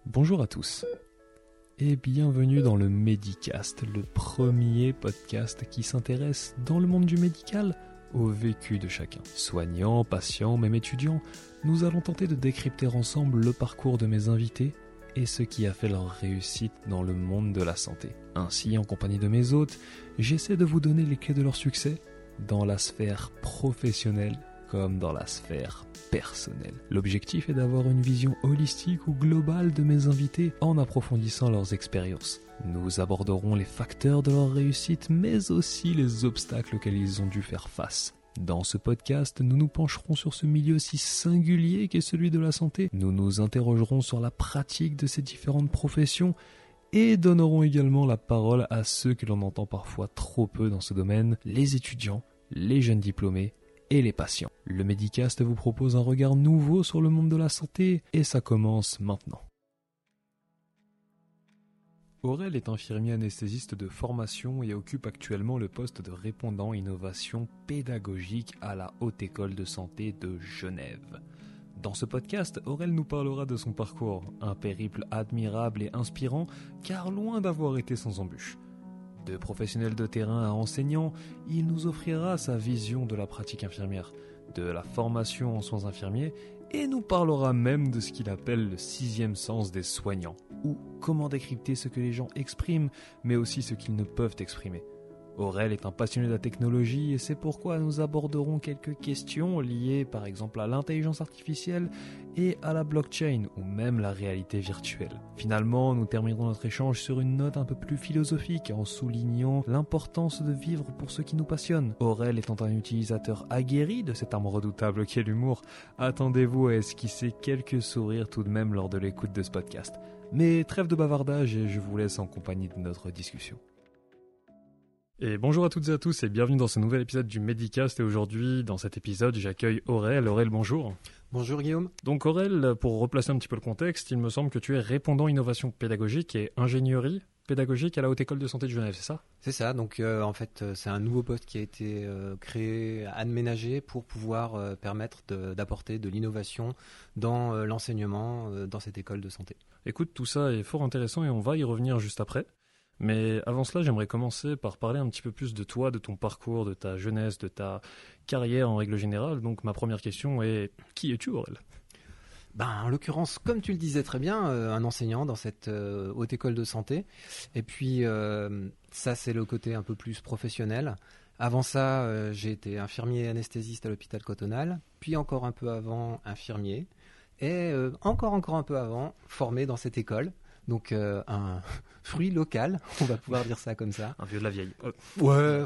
Bonjour à tous et bienvenue dans le Medicast, le premier podcast qui s'intéresse dans le monde du médical au vécu de chacun. Soignants, patients, même étudiants, nous allons tenter de décrypter ensemble le parcours de mes invités et ce qui a fait leur réussite dans le monde de la santé. Ainsi, en compagnie de mes hôtes, j'essaie de vous donner les clés de leur succès dans la sphère professionnelle comme dans la sphère personnelle. L'objectif est d'avoir une vision holistique ou globale de mes invités en approfondissant leurs expériences. Nous aborderons les facteurs de leur réussite, mais aussi les obstacles auxquels ils ont dû faire face. Dans ce podcast, nous nous pencherons sur ce milieu si singulier qu'est celui de la santé. Nous nous interrogerons sur la pratique de ces différentes professions et donnerons également la parole à ceux que l'on entend parfois trop peu dans ce domaine, les étudiants, les jeunes diplômés et les patients. Le Medicast vous propose un regard nouveau sur le monde de la santé et ça commence maintenant. Aurel est infirmier anesthésiste de formation et occupe actuellement le poste de répondant innovation pédagogique à la Haute École de Santé de Genève. Dans ce podcast, Aurel nous parlera de son parcours, un périple admirable et inspirant car loin d'avoir été sans embûches. De professionnel de terrain à enseignant, il nous offrira sa vision de la pratique infirmière, de la formation en soins infirmiers et nous parlera même de ce qu'il appelle le sixième sens des soignants, ou comment décrypter ce que les gens expriment, mais aussi ce qu'ils ne peuvent exprimer. Aurel est un passionné de la technologie et c'est pourquoi nous aborderons quelques questions liées par exemple à l'intelligence artificielle et à la blockchain ou même la réalité virtuelle. Finalement, nous terminerons notre échange sur une note un peu plus philosophique en soulignant l'importance de vivre pour ce qui nous passionne. Aurel étant un utilisateur aguerri de cette arme redoutable qu'est l'humour, attendez-vous à esquisser quelques sourires tout de même lors de l'écoute de ce podcast. Mais trêve de bavardage et je vous laisse en compagnie de notre discussion. Et bonjour à toutes et à tous et bienvenue dans ce nouvel épisode du Medicast. Et aujourd'hui, dans cet épisode, j'accueille Aurel. Aurel, bonjour. Bonjour Guillaume. Donc Aurel, pour replacer un petit peu le contexte, il me semble que tu es répondant innovation pédagogique et ingénierie pédagogique à la Haute École de Santé de Genève, c'est ça ? C'est ça, donc en fait c'est un nouveau poste qui a été créé, aménagé pour pouvoir permettre d'apporter de l'innovation dans l'enseignement dans cette école de santé. Écoute, tout ça est fort intéressant et on va y revenir juste après. Mais avant cela, j'aimerais commencer par parler un petit peu plus de toi, de ton parcours, de ta jeunesse, de ta carrière en règle générale. Donc ma première question est, qui es-tu Aurel ? En l'occurrence, comme tu le disais très bien, un enseignant dans cette haute école de santé. Et puis ça c'est le côté un peu plus professionnel. Avant ça, j'ai été infirmier anesthésiste à l'hôpital Cotonal, puis encore un peu avant infirmier, et encore un peu avant formé dans cette école. Donc un fruit local, on va pouvoir dire ça comme ça. Un vieux de la vieille. Ouais,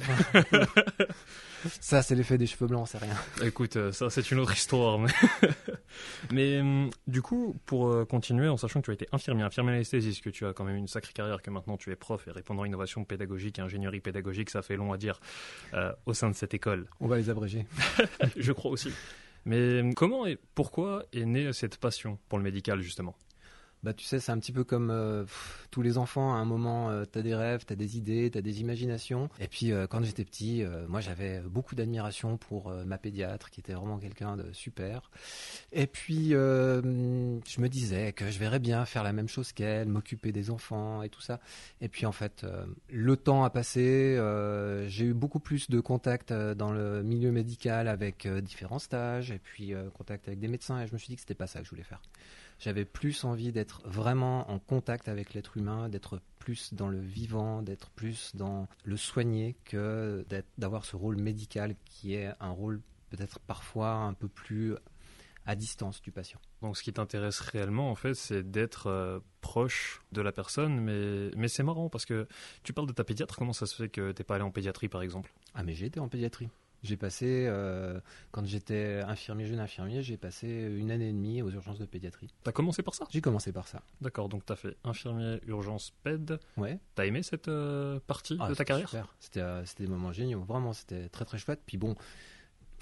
ça c'est l'effet des cheveux blancs, c'est rien. Écoute, ça c'est une autre histoire. Mais du coup, pour continuer, en sachant que tu as été infirmier anesthésiste, que tu as quand même une sacrée carrière, que maintenant tu es prof et répondant innovation pédagogique et ingénierie pédagogique, ça fait long à dire, au sein de cette école. On va les abréger. Je crois aussi. Mais comment et pourquoi est née cette passion pour le médical justement ? Tu sais, c'est un petit peu comme tous les enfants, à un moment, t'as des rêves, t'as des idées, t'as des imaginations. Et puis, quand j'étais petit, moi, j'avais beaucoup d'admiration pour ma pédiatre, qui était vraiment quelqu'un de super. Et puis, je me disais que je verrais bien faire la même chose qu'elle, m'occuper des enfants et tout ça. Et puis, en fait, le temps a passé, j'ai eu beaucoup plus de contacts dans le milieu médical avec différents stages, et puis contact avec des médecins, et je me suis dit que c'était pas ça que je voulais faire. J'avais plus envie d'être vraiment en contact avec l'être humain, d'être plus dans le vivant, d'être plus dans le soigner que d'avoir ce rôle médical qui est un rôle peut-être parfois un peu plus à distance du patient. Donc ce qui t'intéresse réellement en fait c'est d'être proche de la personne, mais c'est marrant parce que tu parles de ta pédiatre, comment ça se fait que t'es pas allé en pédiatrie par exemple ? Ah mais j'ai été en pédiatrie. J'ai passé, quand j'étais jeune infirmier, j'ai passé 1 année et demie aux urgences de pédiatrie. T'as commencé par ça ? J'ai commencé par ça. D'accord, donc t'as fait infirmier, urgence, péd. Ouais. T'as aimé cette partie de ta carrière ? Super. C'était des moments géniaux, vraiment, c'était très très chouette. Puis bon,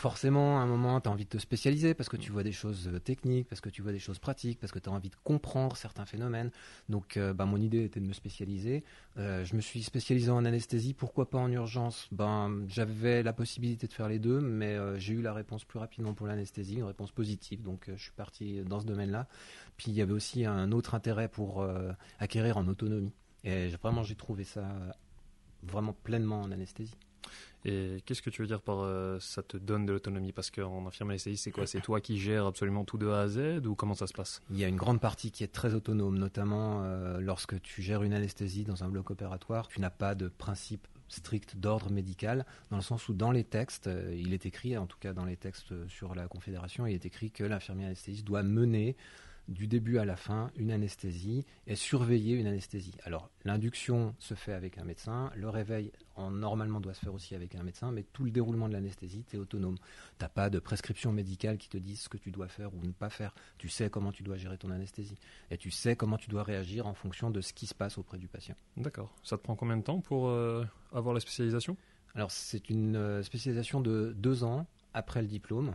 forcément, à un moment, tu as envie de te spécialiser parce que tu vois des choses techniques, parce que tu vois des choses pratiques, parce que tu as envie de comprendre certains phénomènes. Donc, mon idée était de me spécialiser. Je me suis spécialisé en anesthésie. Pourquoi pas en urgence? J'avais la possibilité de faire les deux, mais j'ai eu la réponse plus rapidement pour l'anesthésie, une réponse positive. Donc, je suis parti dans ce domaine-là. Puis, il y avait aussi un autre intérêt pour acquérir en autonomie. Et vraiment, j'ai trouvé ça vraiment pleinement en anesthésie. Et qu'est-ce que tu veux dire par ça te donne de l'autonomie? Parce qu'en infirmier anesthésiste, c'est quoi? C'est toi qui gères absolument tout de A à Z ou comment ça se passe? Il y a une grande partie qui est très autonome, notamment lorsque tu gères une anesthésie dans un bloc opératoire. Tu n'as pas de principe strict d'ordre médical, dans le sens où dans les textes, il est écrit, en tout cas dans les textes sur la Confédération, il est écrit que l'infirmier anesthésiste doit mener du début à la fin une anesthésie et surveiller une anesthésie. Alors l'induction se fait avec un médecin, le réveil normalement doit se faire aussi avec un médecin, mais tout le déroulement de l'anesthésie, tu es autonome. Tu n'as pas de prescription médicale qui te dise ce que tu dois faire ou ne pas faire. Tu sais comment tu dois gérer ton anesthésie et tu sais comment tu dois réagir en fonction de ce qui se passe auprès du patient. D'accord. Ça te prend combien de temps pour avoir la spécialisation? Alors c'est une spécialisation de 2 ans après le diplôme.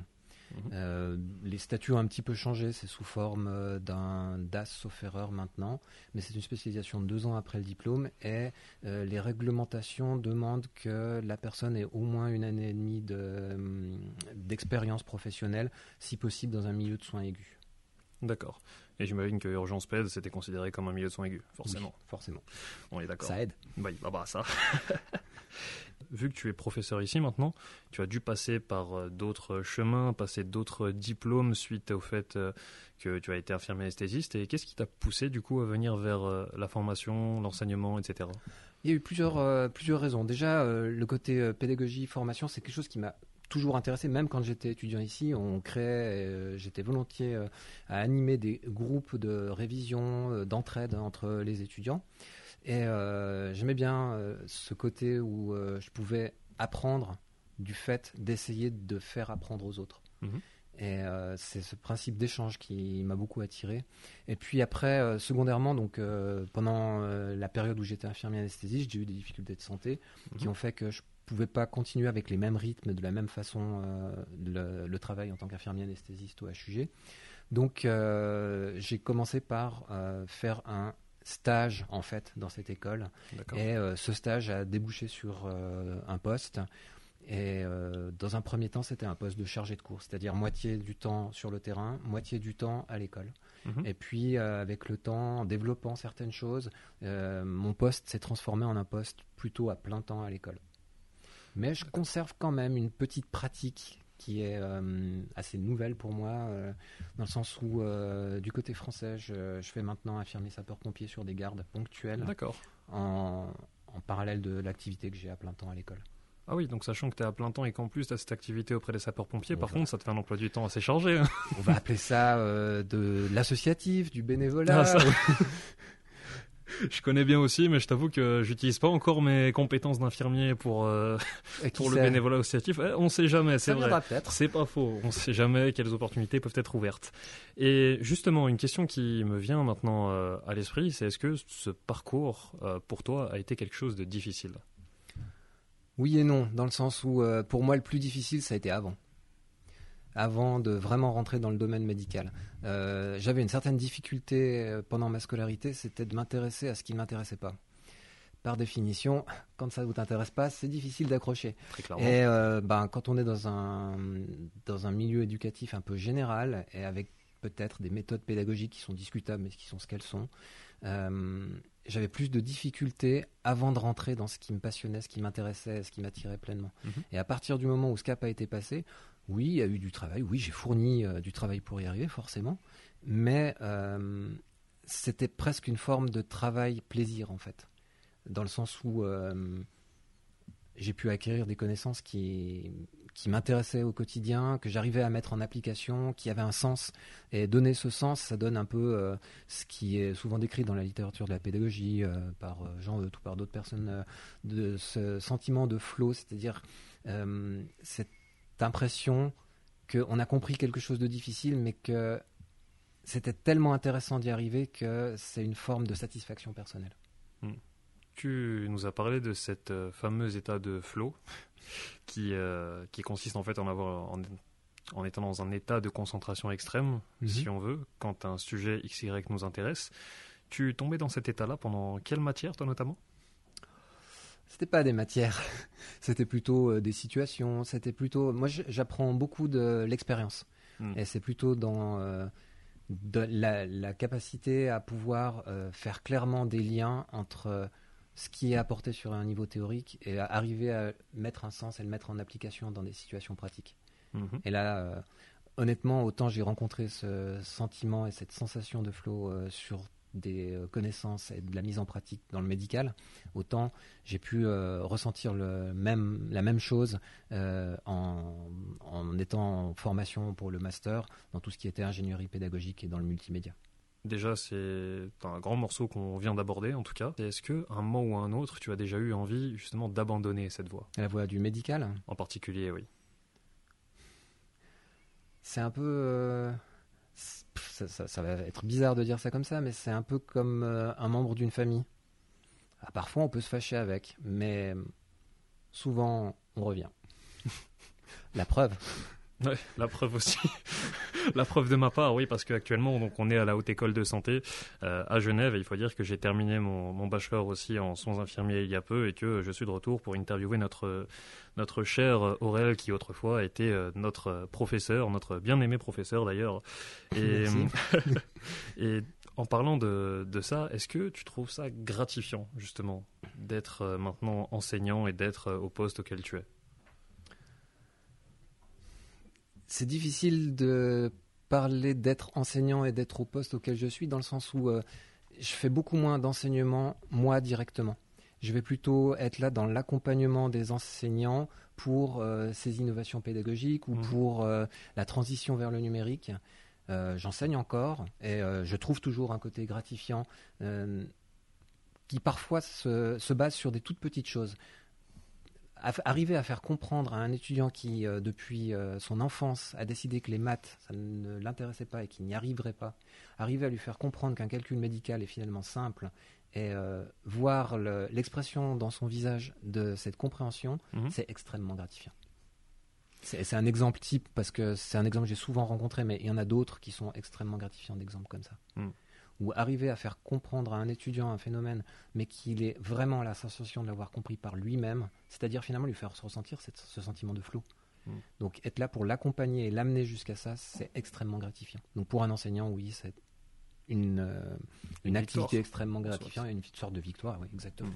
Les statuts ont un petit peu changé, c'est sous forme d'un DAS sauf erreur maintenant, mais c'est une spécialisation de 2 ans après le diplôme et les réglementations demandent que la personne ait au moins 1 année et demie d'expérience professionnelle, si possible dans un milieu de soins aigus. D'accord. Et j'imagine que Urgence Ped, c'était considéré comme un milieu de soins aigus, forcément. Oui, forcément. On est d'accord. Ça aide. Ça. Vu que tu es professeur ici maintenant, tu as dû passer par d'autres chemins, passer d'autres diplômes suite au fait que tu as été infirmier anesthésiste. Et qu'est-ce qui t'a poussé du coup à venir vers la formation, l'enseignement, etc. Il y a eu plusieurs raisons. Déjà, le côté pédagogie, formation, c'est quelque chose qui m'a toujours intéressé, même quand j'étais étudiant ici, on créait, j'étais volontiers à animer des groupes de révision, d'entraide entre les étudiants. Et j'aimais bien ce côté où je pouvais apprendre du fait d'essayer de faire apprendre aux autres. Et c'est ce principe d'échange qui m'a beaucoup attiré. Et puis après, secondairement, donc pendant la période où j'étais infirmier anesthésiste, j'ai eu des difficultés de santé qui ont fait que je pouvais pas continuer avec les mêmes rythmes, de la même façon, le travail en tant qu'infirmier anesthésiste au HUG. Donc j'ai commencé par faire un stage en fait dans cette école. D'accord. Et ce stage a débouché sur un poste. Et dans un premier temps, c'était un poste de chargé de cours, c'est-à-dire moitié du temps sur le terrain, moitié du temps à l'école. Et puis, avec le temps, en développant certaines choses, mon poste s'est transformé en un poste plutôt à plein temps à l'école. Mais je conserve quand même une petite pratique qui est assez nouvelle pour moi, dans le sens où, du côté français, je fais maintenant infirmier sapeur-pompier sur des gardes ponctuelles. D'accord. En parallèle de l'activité que j'ai à plein temps à l'école. Ah oui, donc sachant que tu es à plein temps et qu'en plus tu as cette activité auprès des sapeurs-pompiers, contre, ça te fait un emploi du temps assez chargé. Hein. On va appeler ça de l'associatif, du bénévolat. Je connais bien aussi, mais je t'avoue que j'utilise pas encore mes compétences d'infirmier pour le bénévolat associatif. On sait jamais, c'est vrai. Peut-être. C'est pas faux. On sait jamais quelles opportunités peuvent être ouvertes. Et justement, une question qui me vient maintenant à l'esprit, c'est est-ce que ce parcours pour toi a été quelque chose de difficile ? Oui et non, dans le sens où pour moi le plus difficile ça a été avant de vraiment rentrer dans le domaine médical. J'avais une certaine difficulté pendant ma scolarité, c'était de m'intéresser à ce qui ne m'intéressait pas. Par définition, quand ça ne t'intéresse pas, c'est difficile d'accrocher. Très clairement. Et quand on est dans un milieu éducatif un peu général, et avec peut-être des méthodes pédagogiques qui sont discutables, mais qui sont ce qu'elles sont, j'avais plus de difficultés avant de rentrer dans ce qui me passionnait, ce qui m'intéressait, ce qui m'attirait pleinement. Et à partir du moment où ce cap a été passé, oui, il y a eu du travail, oui, j'ai fourni du travail pour y arriver, forcément, mais c'était presque une forme de travail plaisir, en fait, dans le sens où j'ai pu acquérir des connaissances qui m'intéressaient au quotidien, que j'arrivais à mettre en application, qui avaient un sens. Et donner ce sens, ça donne un peu ce qui est souvent décrit dans la littérature de la pédagogie, par Jean Euth ou par d'autres personnes, de ce sentiment de flow, c'est-à-dire cette impression qu'on a compris quelque chose de difficile, mais que c'était tellement intéressant d'y arriver que c'est une forme de satisfaction personnelle. tu nous as parlé de cet fameux état de flow qui consiste en fait en étant dans un état de concentration extrême, si on veut, quand un sujet XY nous intéresse. Tu tombais dans cet état-là pendant quelle matière, toi notamment? C'était pas des matières, c'était plutôt des situations. C'était plutôt. Moi, j'apprends beaucoup de l'expérience, et c'est plutôt dans de la capacité à pouvoir faire clairement des liens entre ce qui est apporté sur un niveau théorique et à arriver à mettre un sens et le mettre en application dans des situations pratiques. Et là, honnêtement, autant j'ai rencontré ce sentiment et cette sensation de flow sur des connaissances et de la mise en pratique dans le médical, autant j'ai pu ressentir la même chose en étant en formation pour le master dans tout ce qui était ingénierie pédagogique et dans le multimédia. Déjà, c'est un grand morceau qu'on vient d'aborder, en tout cas. Est-ce qu'à un moment ou à un autre, tu as déjà eu envie, justement, d'abandonner cette voie? La voie du médical? En particulier, oui. C'est un peu... ça va être bizarre de dire ça comme ça, mais c'est un peu comme un membre d'une famille. Parfois, on peut se fâcher avec, mais souvent, on revient. La preuve. Ouais, la preuve aussi. La preuve de ma part, oui, parce qu'actuellement, donc, on est à la Haute École de Santé à Genève, et il faut dire que j'ai terminé mon bachelor aussi en soins infirmiers il y a peu, et que je suis de retour pour interviewer notre cher Aurel, qui autrefois était notre professeur, notre bien-aimé professeur d'ailleurs. Et, et en parlant de ça, est-ce que tu trouves ça gratifiant, justement, d'être maintenant enseignant et d'être au poste auquel tu es? C'est difficile de parler d'être enseignant et d'être au poste auquel je suis, dans le sens où je fais beaucoup moins d'enseignement, moi, directement. Je vais plutôt être là dans l'accompagnement des enseignants pour ces innovations pédagogiques ou pour la transition vers le numérique. J'enseigne encore et je trouve toujours un côté gratifiant qui parfois se base sur des toutes petites choses. Arriver à faire comprendre à un étudiant qui, depuis son enfance, a décidé que les maths, ça ne l'intéressait pas et qu'il n'y arriverait pas, arriver à lui faire comprendre qu'un calcul médical est finalement simple et voir l'expression dans son visage de cette compréhension, c'est extrêmement gratifiant. C'est un exemple type parce que c'est un exemple que j'ai souvent rencontré, mais il y en a d'autres qui sont extrêmement gratifiants d'exemples comme ça. Ou arriver à faire comprendre à un étudiant un phénomène, mais qu'il ait vraiment la sensation de l'avoir compris par lui-même, c'est-à-dire finalement lui faire ressentir ce sentiment de flow. Donc être là pour l'accompagner et l'amener jusqu'à ça, c'est extrêmement gratifiant. Donc pour un enseignant, oui, c'est une activité extrêmement gratifiante et une sorte de victoire, oui, exactement.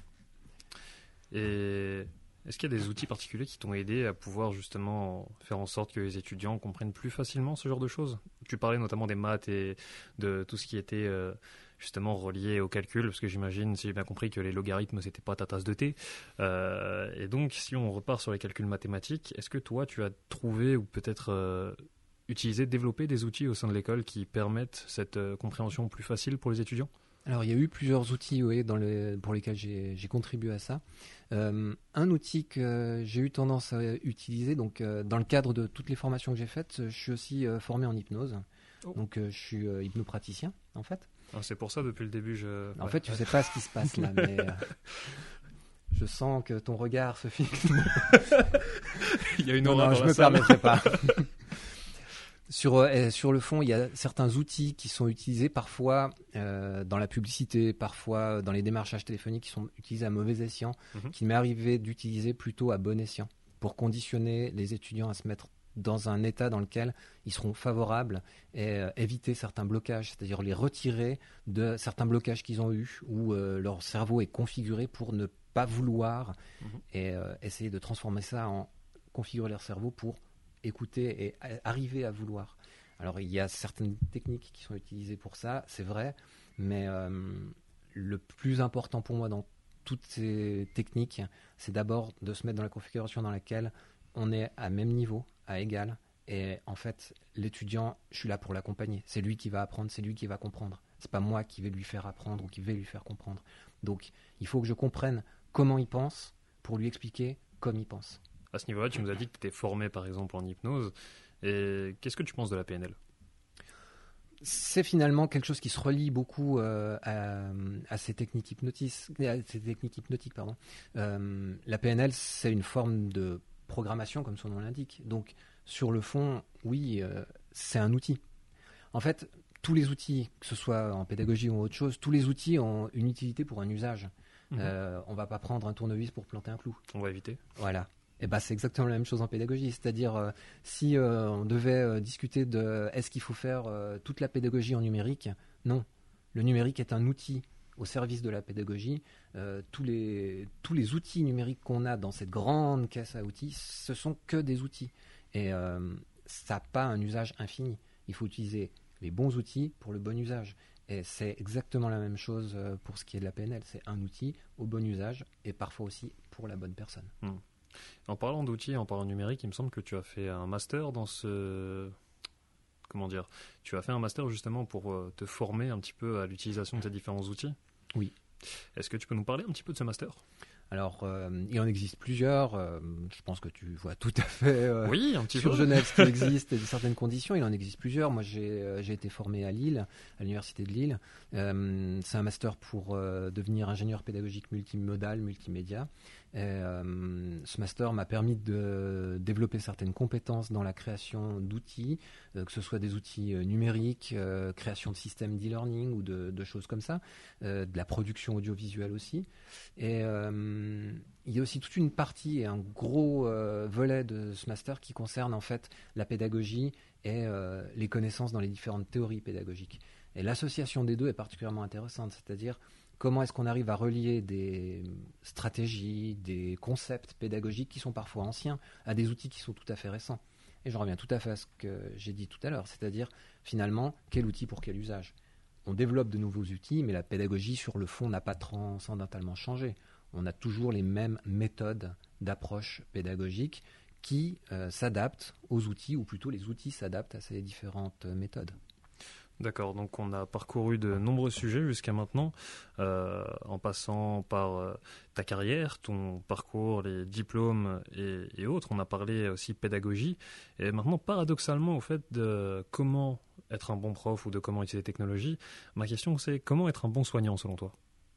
Et est-ce qu'il y a des outils particuliers qui t'ont aidé à pouvoir justement faire en sorte que les étudiants comprennent plus facilement ce genre de choses? Tu parlais notamment des maths et de tout ce qui était justement relié au calcul, parce que j'imagine, si j'ai bien compris, que les logarithmes, c'était pas ta tasse de thé. Et donc, si on repart sur les calculs mathématiques, est-ce que toi, tu as trouvé ou peut-être développé des outils au sein de l'école qui permettent cette compréhension plus facile pour les étudiants? Alors, il y a eu plusieurs outils pour lesquels j'ai contribué à ça. Un outil que j'ai eu tendance à utiliser, donc dans le cadre de toutes les formations que j'ai faites, je suis aussi formé en hypnose. Donc, je suis hypnopraticien, en fait. Ah, c'est pour ça, depuis le début, En fait, tu sais pas ce qui se passe là, mais je sens que ton regard se fixe. Il y a une aura dans je la me salle. permettrai pas. Sur le fond, il y a certains outils qui sont utilisés parfois dans la publicité, parfois dans les démarchages téléphoniques qui sont utilisés à mauvais escient, qui m'est arrivé d'utiliser plutôt à bon escient pour conditionner les étudiants à se mettre dans un état dans lequel ils seront favorables et éviter certains blocages, c'est-à-dire les retirer de certains blocages qu'ils ont eus où leur cerveau est configuré pour ne pas vouloir et essayer de transformer ça en configurer leur cerveau pour écouter et arriver à vouloir. Alors il y a certaines techniques qui sont utilisées pour ça, c'est vrai, mais le plus important pour moi dans toutes ces techniques, c'est d'abord de se mettre dans la configuration dans laquelle on est à même niveau, à égal, et en fait l'étudiant, je suis là pour l'accompagner, c'est lui qui va apprendre, c'est lui qui va comprendre, c'est pas moi qui vais lui faire apprendre ou qui vais lui faire comprendre. Donc il faut que je comprenne comment il pense pour lui expliquer comme il pense. À ce niveau-là, tu nous as dit que tu étais formé par exemple en hypnose. Et qu'est-ce que tu penses de la PNL? C'est finalement quelque chose qui se relie beaucoup à ces techniques hypnotiques, pardon. La PNL, c'est une forme de programmation, comme son nom l'indique. Donc, sur le fond, oui, c'est un outil. En fait, tous les outils, que ce soit en pédagogie ou autre chose, tous les outils ont une utilité pour un usage. On ne va pas prendre un tournevis pour planter un clou. On va éviter. Voilà. Et ben, c'est exactement la même chose en pédagogie. C'est-à-dire, si on devait discuter de est-ce qu'il faut faire toute la pédagogie en numérique, non. Le numérique est un outil au service de la pédagogie. Tous les outils numériques qu'on a dans cette grande caisse à outils, ce sont que des outils. Et ça n'a pas un usage infini. Il faut utiliser les bons outils pour le bon usage. Et c'est exactement la même chose pour ce qui est de la PNL. C'est un outil au bon usage et parfois aussi pour la bonne personne. En parlant d'outils, en parlant numérique, il me semble que tu as fait un master dans ce... Comment dire ? Tu as fait un master justement pour te former un petit peu à l'utilisation de ces différents outils ? Oui. Est-ce que tu peux nous parler un petit peu de ce master ? Alors, il en existe plusieurs. Je pense que tu vois tout à fait oui, un petit sur peu. Genève ce qui existe et de certaines conditions. Il en existe plusieurs. Moi, j'ai été formé à Lille, à l'université de Lille. C'est un master pour devenir ingénieur pédagogique multimodal, multimédia. Ce master m'a permis de développer certaines compétences dans la création d'outils, que ce soit des outils numériques, création de systèmes d'e-learning ou de choses comme ça, de la production audiovisuelle aussi. Et il y a aussi toute une partie et un gros volet de ce master qui concerne en fait la pédagogie et les connaissances dans les différentes théories pédagogiques. Et l'association des deux est particulièrement intéressante, c'est-à-dire comment est-ce qu'on arrive à relier des stratégies, des concepts pédagogiques qui sont parfois anciens à des outils qui sont tout à fait récents. Et je reviens tout à fait à ce que j'ai dit tout à l'heure, c'est-à-dire finalement quel outil pour quel usage. On développe de nouveaux outils, mais la pédagogie sur le fond n'a pas transcendamentalement changé. On a toujours les mêmes méthodes d'approche pédagogique qui s'adaptent aux outils, ou plutôt les outils s'adaptent à ces différentes méthodes. D'accord, donc on a parcouru de nombreux sujets jusqu'à maintenant, en passant par ta carrière, ton parcours, les diplômes et autres. On a parlé aussi pédagogie. Et maintenant, paradoxalement, au fait de comment être un bon prof ou de comment utiliser les technologies, ma question c'est comment être un bon soignant selon toi ?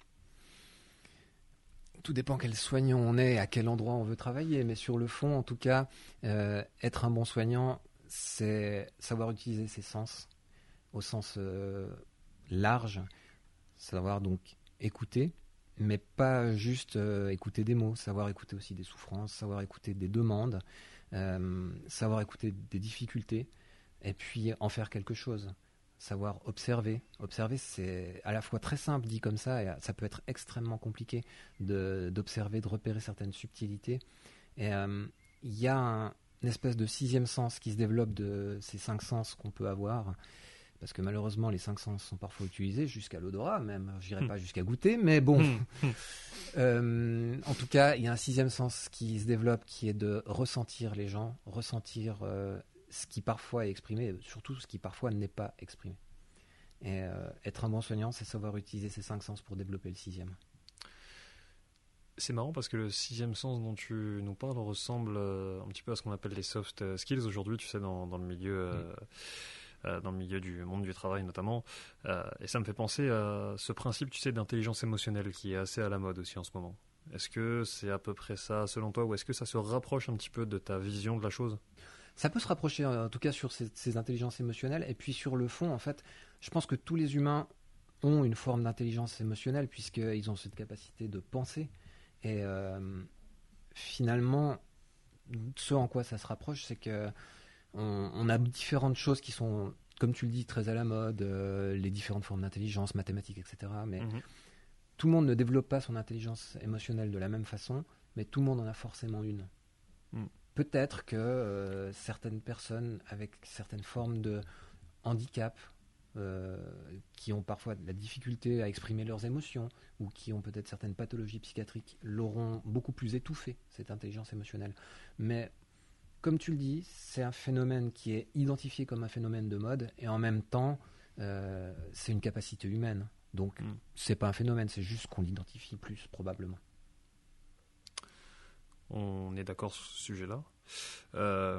Tout dépend quel soignant on est, à quel endroit on veut travailler. Mais sur le fond, en tout cas, être un bon soignant, c'est savoir utiliser ses sens au sens large, savoir donc écouter, mais pas juste écouter des mots, savoir écouter aussi des souffrances, savoir écouter des demandes, savoir écouter des difficultés, et puis en faire quelque chose. Savoir observer. Observer, c'est à la fois très simple dit comme ça, et ça peut être extrêmement compliqué d'observer, de repérer certaines subtilités. Et il y a une espèce de sixième sens qui se développe de ces 5 sens qu'on peut avoir, parce que malheureusement les 5 sens sont parfois utilisés jusqu'à l'odorat même, je n'irai pas jusqu'à goûter, mais bon. En tout cas, il y a un 6e sens qui se développe, qui est de ressentir les gens, ressentir ce qui parfois est exprimé, et surtout ce qui parfois n'est pas exprimé. Et être un bon soignant, c'est savoir utiliser ces 5 sens pour développer le 6e. C'est marrant parce que le 6e sens dont tu nous parles ressemble un petit peu à ce qu'on appelle les soft skills aujourd'hui, tu sais, dans le milieu... dans le milieu du monde du travail notamment, et ça me fait penser à ce principe, tu sais, d'intelligence émotionnelle qui est assez à la mode aussi en ce moment. Est-ce que c'est à peu près ça selon toi, ou est-ce que ça se rapproche un petit peu de ta vision de la chose ? Ça peut se rapprocher en tout cas sur ces intelligences émotionnelles, et puis sur le fond, en fait, je pense que tous les humains ont une forme d'intelligence émotionnelle puisqu'ils ont cette capacité de penser, et finalement, ce en quoi ça se rapproche, c'est que on a différentes choses qui sont, comme tu le dis, très à la mode, les différentes formes d'intelligence, mathématiques, etc. Mais tout le monde ne développe pas son intelligence émotionnelle de la même façon, mais tout le monde en a forcément une. Peut-être que certaines personnes avec certaines formes de handicap, qui ont parfois de la difficulté à exprimer leurs émotions, ou qui ont peut-être certaines pathologies psychiatriques, l'auront beaucoup plus étouffée, cette intelligence émotionnelle. Mais comme tu le dis, c'est un phénomène qui est identifié comme un phénomène de mode, et en même temps, c'est une capacité humaine. Donc, c'est pas un phénomène, c'est juste qu'on l'identifie plus, probablement. On est d'accord sur ce sujet-là.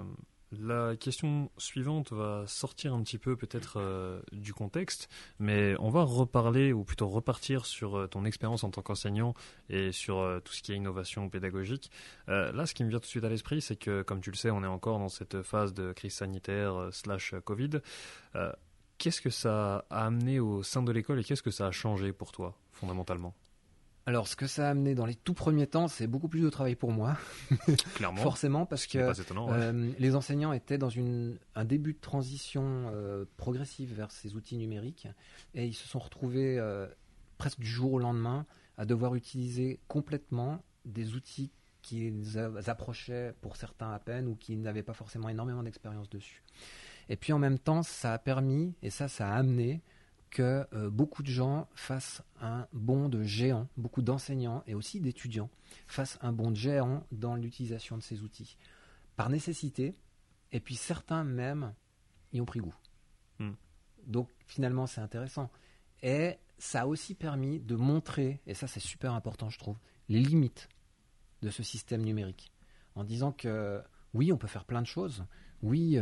La question suivante va sortir un petit peu peut-être du contexte, mais on va reparler ou plutôt repartir sur ton expérience en tant qu'enseignant et sur tout ce qui est innovation pédagogique. Là, ce qui me vient tout de suite à l'esprit, c'est que, comme tu le sais, on est encore dans cette phase de crise sanitaire / Covid. Qu'est-ce que ça a amené au sein de l'école et qu'est-ce que ça a changé pour toi, fondamentalement? Alors, ce que ça a amené dans les tout premiers temps, c'est beaucoup plus de travail pour moi, Clairement, forcément, parce ce qui n'est que pas étonnant. Ouais. les enseignants étaient dans un début de transition progressive vers ces outils numériques, et ils se sont retrouvés presque du jour au lendemain à devoir utiliser complètement des outils qui les approchaient pour certains à peine ou qui n'avaient pas forcément énormément d'expérience dessus. Et puis en même temps, ça a permis, et ça a amené que beaucoup de gens fassent un bond de géant, beaucoup d'enseignants et aussi d'étudiants fassent un bond de géant dans l'utilisation de ces outils, par nécessité, et puis certains même y ont pris goût. Donc finalement c'est intéressant. Et ça a aussi permis de montrer, et ça c'est super important je trouve, les limites de ce système numérique, en disant que oui on peut faire plein de choses, oui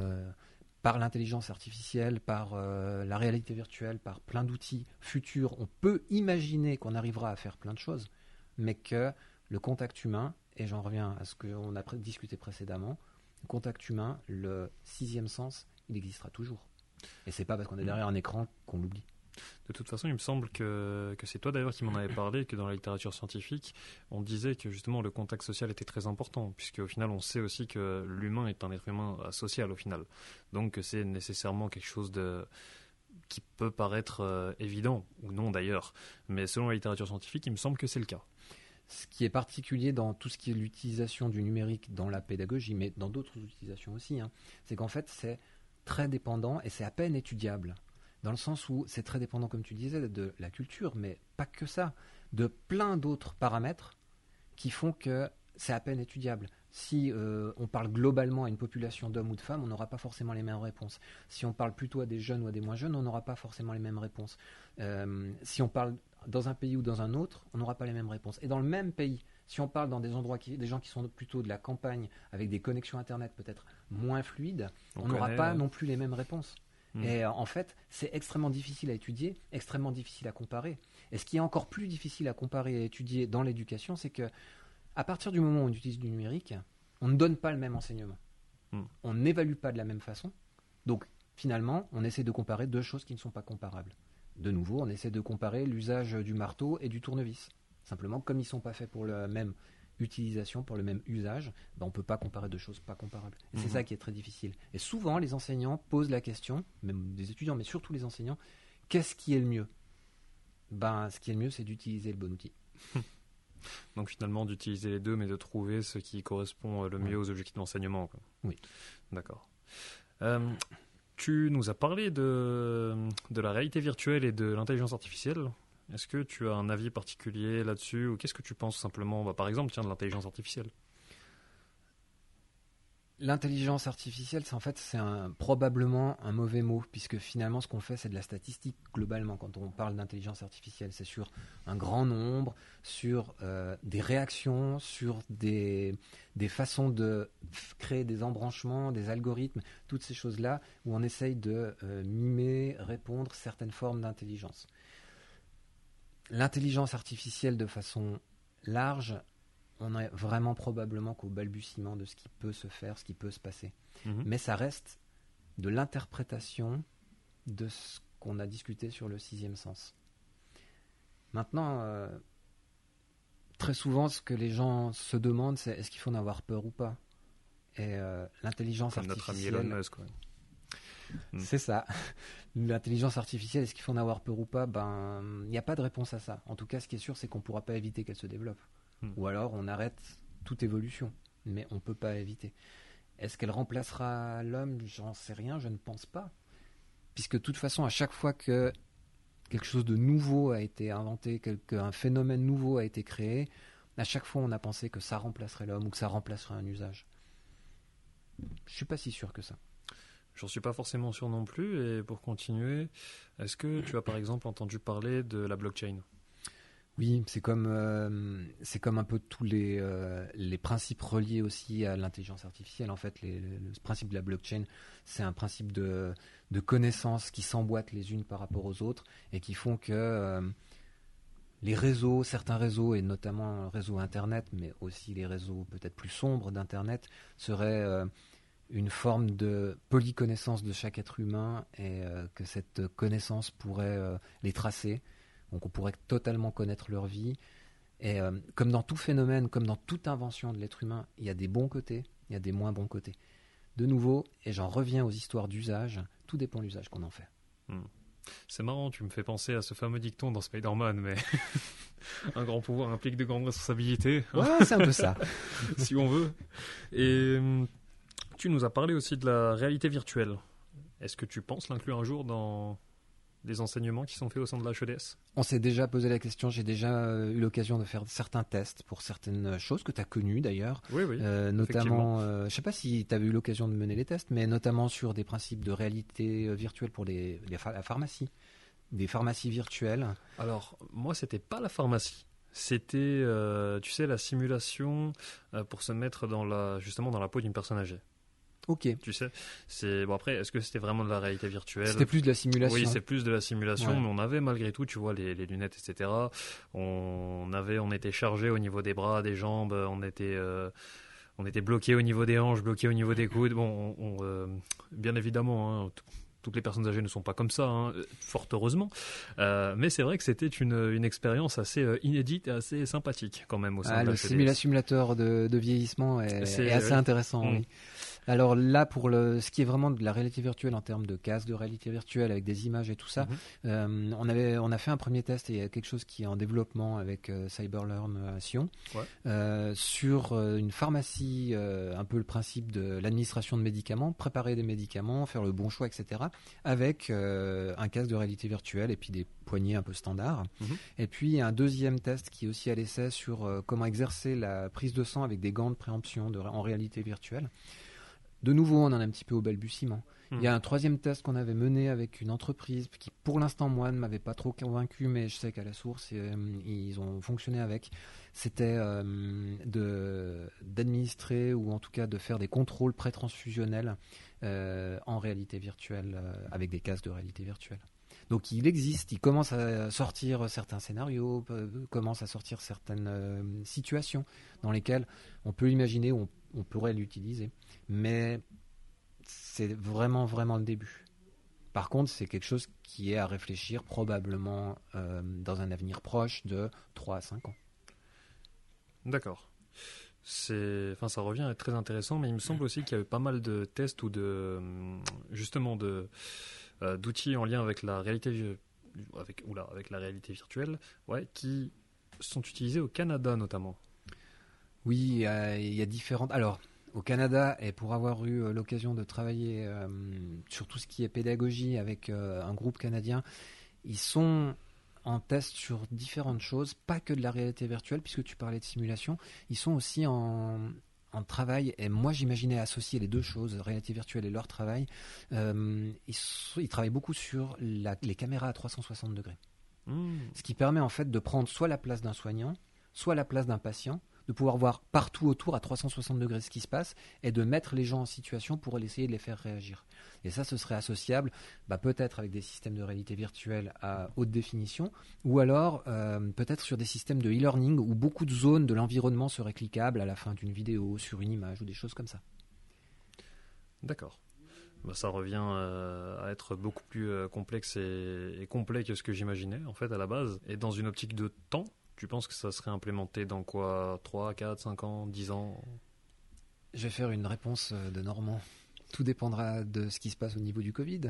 par l'intelligence artificielle, par la réalité virtuelle, par plein d'outils futurs, on peut imaginer qu'on arrivera à faire plein de choses, mais que le contact humain, et j'en reviens à ce qu'on a discuté précédemment, le contact humain, le sixième sens, il existera toujours. Et c'est pas parce qu'on est derrière un écran qu'on l'oublie. De toute façon, il me semble que c'est toi d'ailleurs qui m'en avais parlé, que dans la littérature scientifique, on disait que justement le contact social était très important, puisque au final on sait aussi que l'humain est un être humain social au final. Donc c'est nécessairement quelque chose qui peut paraître évident, ou non d'ailleurs, mais selon la littérature scientifique, il me semble que c'est le cas. Ce qui est particulier dans tout ce qui est l'utilisation du numérique dans la pédagogie, mais dans d'autres utilisations aussi, c'est qu'en fait c'est très dépendant et c'est à peine étudiable. Dans le sens où c'est très dépendant, comme tu disais, de la culture, mais pas que ça, de plein d'autres paramètres qui font que c'est à peine étudiable. Si on parle globalement à une population d'hommes ou de femmes, on n'aura pas forcément les mêmes réponses. Si on parle plutôt à des jeunes ou à des moins jeunes, on n'aura pas forcément les mêmes réponses. Si on parle dans un pays ou dans un autre, on n'aura pas les mêmes réponses. Et dans le même pays, si on parle dans des endroits, des gens qui sont plutôt de la campagne, avec des connexions Internet peut-être moins fluides, on n'aura pas non plus les mêmes réponses. Et en fait, c'est extrêmement difficile à étudier, extrêmement difficile à comparer. Et ce qui est encore plus difficile à comparer et à étudier dans l'éducation, c'est que à partir du moment où on utilise du numérique, on ne donne pas le même enseignement. On n'évalue pas de la même façon. Donc finalement, on essaie de comparer deux choses qui ne sont pas comparables. De nouveau, on essaie de comparer l'usage du marteau et du tournevis. Simplement, comme ils ne sont pas faits pour la même utilisation, pour le même usage, on ne peut pas comparer deux choses pas comparables. Et c'est ça qui est très difficile. Et souvent, les enseignants posent la question, même des étudiants, mais surtout les enseignants, qu'est-ce qui est le mieux ? Ce qui est le mieux, c'est d'utiliser le bon outil. Donc finalement, d'utiliser les deux, mais de trouver ce qui correspond le mieux aux objectifs d'enseignement. Oui. D'accord. Tu nous as parlé de la réalité virtuelle et de l'intelligence artificielle. Est-ce que tu as un avis particulier là-dessus ou qu'est-ce que tu penses simplement, par exemple, de l'intelligence artificielle ? L'intelligence artificielle, c'est probablement un mauvais mot, puisque finalement, ce qu'on fait, c'est de la statistique globalement. Quand on parle d'intelligence artificielle, c'est sur un grand nombre, sur des réactions, sur des façons de créer des embranchements, des algorithmes, toutes ces choses-là, où on essaye de mimer, répondre certaines formes d'intelligence. L'intelligence artificielle, de façon large, on est vraiment probablement qu'au balbutiement de ce qui peut se faire, ce qui peut se passer. Mais ça reste de l'interprétation de ce qu'on a discuté sur le sixième sens. Maintenant, très souvent, ce que les gens se demandent, c'est est-ce qu'il faut en avoir peur ou pas ? Et l'intelligence artificielle... Comme notre ami Elon Musk, quoi. C'est ça. L'intelligence artificielle, est-ce qu'il faut en avoir peur ou pas ? Il n'y a pas de réponse à ça. En tout cas, ce qui est sûr, c'est qu'on ne pourra pas éviter qu'elle se développe. Ou alors on arrête toute évolution, mais on ne peut pas éviter. Est-ce qu'elle remplacera l'homme ? J'en sais rien, je ne pense pas. Puisque de toute façon, à chaque fois que quelque chose de nouveau a été inventé, qu'un phénomène nouveau a été créé, à chaque fois on a pensé que ça remplacerait l'homme ou que ça remplacerait un usage. Je ne suis pas si sûr que ça. J'en suis pas forcément sûr non plus. Et pour continuer, est-ce que tu as par exemple entendu parler de la blockchain ? Oui, c'est comme un peu tous les principes reliés aussi à l'intelligence artificielle. En fait, le principe de la blockchain, c'est un principe de connaissances qui s'emboîtent les unes par rapport aux autres et qui font que les réseaux, certains réseaux, et notamment le réseau Internet, mais aussi les réseaux peut-être plus sombres d'Internet, seraient une forme de polyconnaissance de chaque être humain et que cette connaissance pourrait les tracer. Donc on pourrait totalement connaître leur vie. Et comme dans tout phénomène, comme dans toute invention de l'être humain, il y a des bons côtés, il y a des moins bons côtés. De nouveau, et j'en reviens aux histoires d'usage, tout dépend de l'usage qu'on en fait. C'est marrant, tu me fais penser à ce fameux dicton dans Spider-Man, mais un grand pouvoir implique de grandes responsabilités. Ouais, c'est un peu ça. Si on veut. Et tu nous as parlé aussi de la réalité virtuelle. Est-ce que tu penses l'inclure un jour dans des enseignements qui sont faits au sein de la HEDS? On s'est déjà posé la question, j'ai déjà eu l'occasion de faire certains tests pour certaines choses que tu as connues d'ailleurs. Oui, oui. Notamment, je ne sais pas si tu as eu l'occasion de mener les tests, mais notamment sur des principes de réalité virtuelle pour la pharmacie, des pharmacies virtuelles. Alors, moi, c'était pas la pharmacie. C'était, tu sais, la simulation pour se mettre justement dans la peau d'une personne âgée. Ok. Tu sais, bon après, est-ce que c'était vraiment de la réalité virtuelle? C'était plus de la simulation. Oui, c'est plus de la simulation, Ouais. mais on avait malgré tout, tu vois, les lunettes, etc. On était chargé au niveau des bras, des jambes, on était bloqué au niveau des hanches, bloqué au niveau des coudes. Bon, bien évidemment, hein, toutes les personnes âgées ne sont pas comme ça, hein, fort heureusement. Mais c'est vrai que c'était une expérience assez inédite et assez sympathique quand même au sein de la HEDS. Simulateur de vieillissement est assez intéressant. Oui. Alors là, pour ce qui est vraiment de la réalité virtuelle en termes de casque de réalité virtuelle avec des images et tout ça, on a fait un premier test et il y a quelque chose qui est en développement avec Cyberlearn à Sion sur une pharmacie, un peu le principe de l'administration de médicaments, préparer des médicaments, faire le bon choix, etc. avec un casque de réalité virtuelle et puis des poignées un peu standards. Et puis un deuxième test qui est aussi à l'essai sur comment exercer la prise de sang avec des gants de préemption en réalité virtuelle. De nouveau, on en est un petit peu au balbutiement. Il y a un troisième test qu'on avait mené avec une entreprise qui, pour l'instant, moi, ne m'avait pas trop convaincu, mais je sais qu'à la source, ils ont fonctionné avec. C'était d'administrer ou en tout cas de faire des contrôles pré-transfusionnels en réalité virtuelle avec des casques de réalité virtuelle. Donc il existe, il commence à sortir certains scénarios, commence à sortir certaines situations dans lesquelles on peut imaginer, on pourrait l'utiliser, mais c'est vraiment, vraiment le début. Par contre, c'est quelque chose qui est à réfléchir probablement dans un avenir proche de 3 à 5 ans. D'accord. Ça revient à être très intéressant, mais il me semble aussi qu'il y a eu pas mal de tests ou justement d'outils en lien avec la réalité avec la réalité virtuelle, qui sont utilisés au Canada notamment. Oui, il y a différentes. Alors, au Canada, et pour avoir eu l'occasion de travailler sur tout ce qui est pédagogie avec un groupe canadien, ils sont en test sur différentes choses, pas que de la réalité virtuelle, puisque tu parlais de simulation. Ils sont aussi en travail, et moi j'imaginais associer les deux choses, réalité virtuelle et leur travail. Ils travaillent beaucoup sur les caméras à 360 degrés. Ce qui permet en fait de prendre soit la place d'un soignant, soit la place d'un patient, de pouvoir voir partout autour à 360 degrés ce qui se passe et de mettre les gens en situation pour essayer de les faire réagir. Et ça, ce serait associable peut-être avec des systèmes de réalité virtuelle à haute définition ou alors peut-être sur des systèmes de e-learning où beaucoup de zones de l'environnement seraient cliquables à la fin d'une vidéo, sur une image ou des choses comme ça. D'accord. Ça revient à être beaucoup plus complexe et complet que ce que j'imaginais en fait à la base. Et dans une optique de temps, tu penses que ça serait implémenté dans quoi, 3, 4, 5 ans, 10 ans? Je vais faire une réponse de Normand. Tout dépendra de ce qui se passe au niveau du Covid.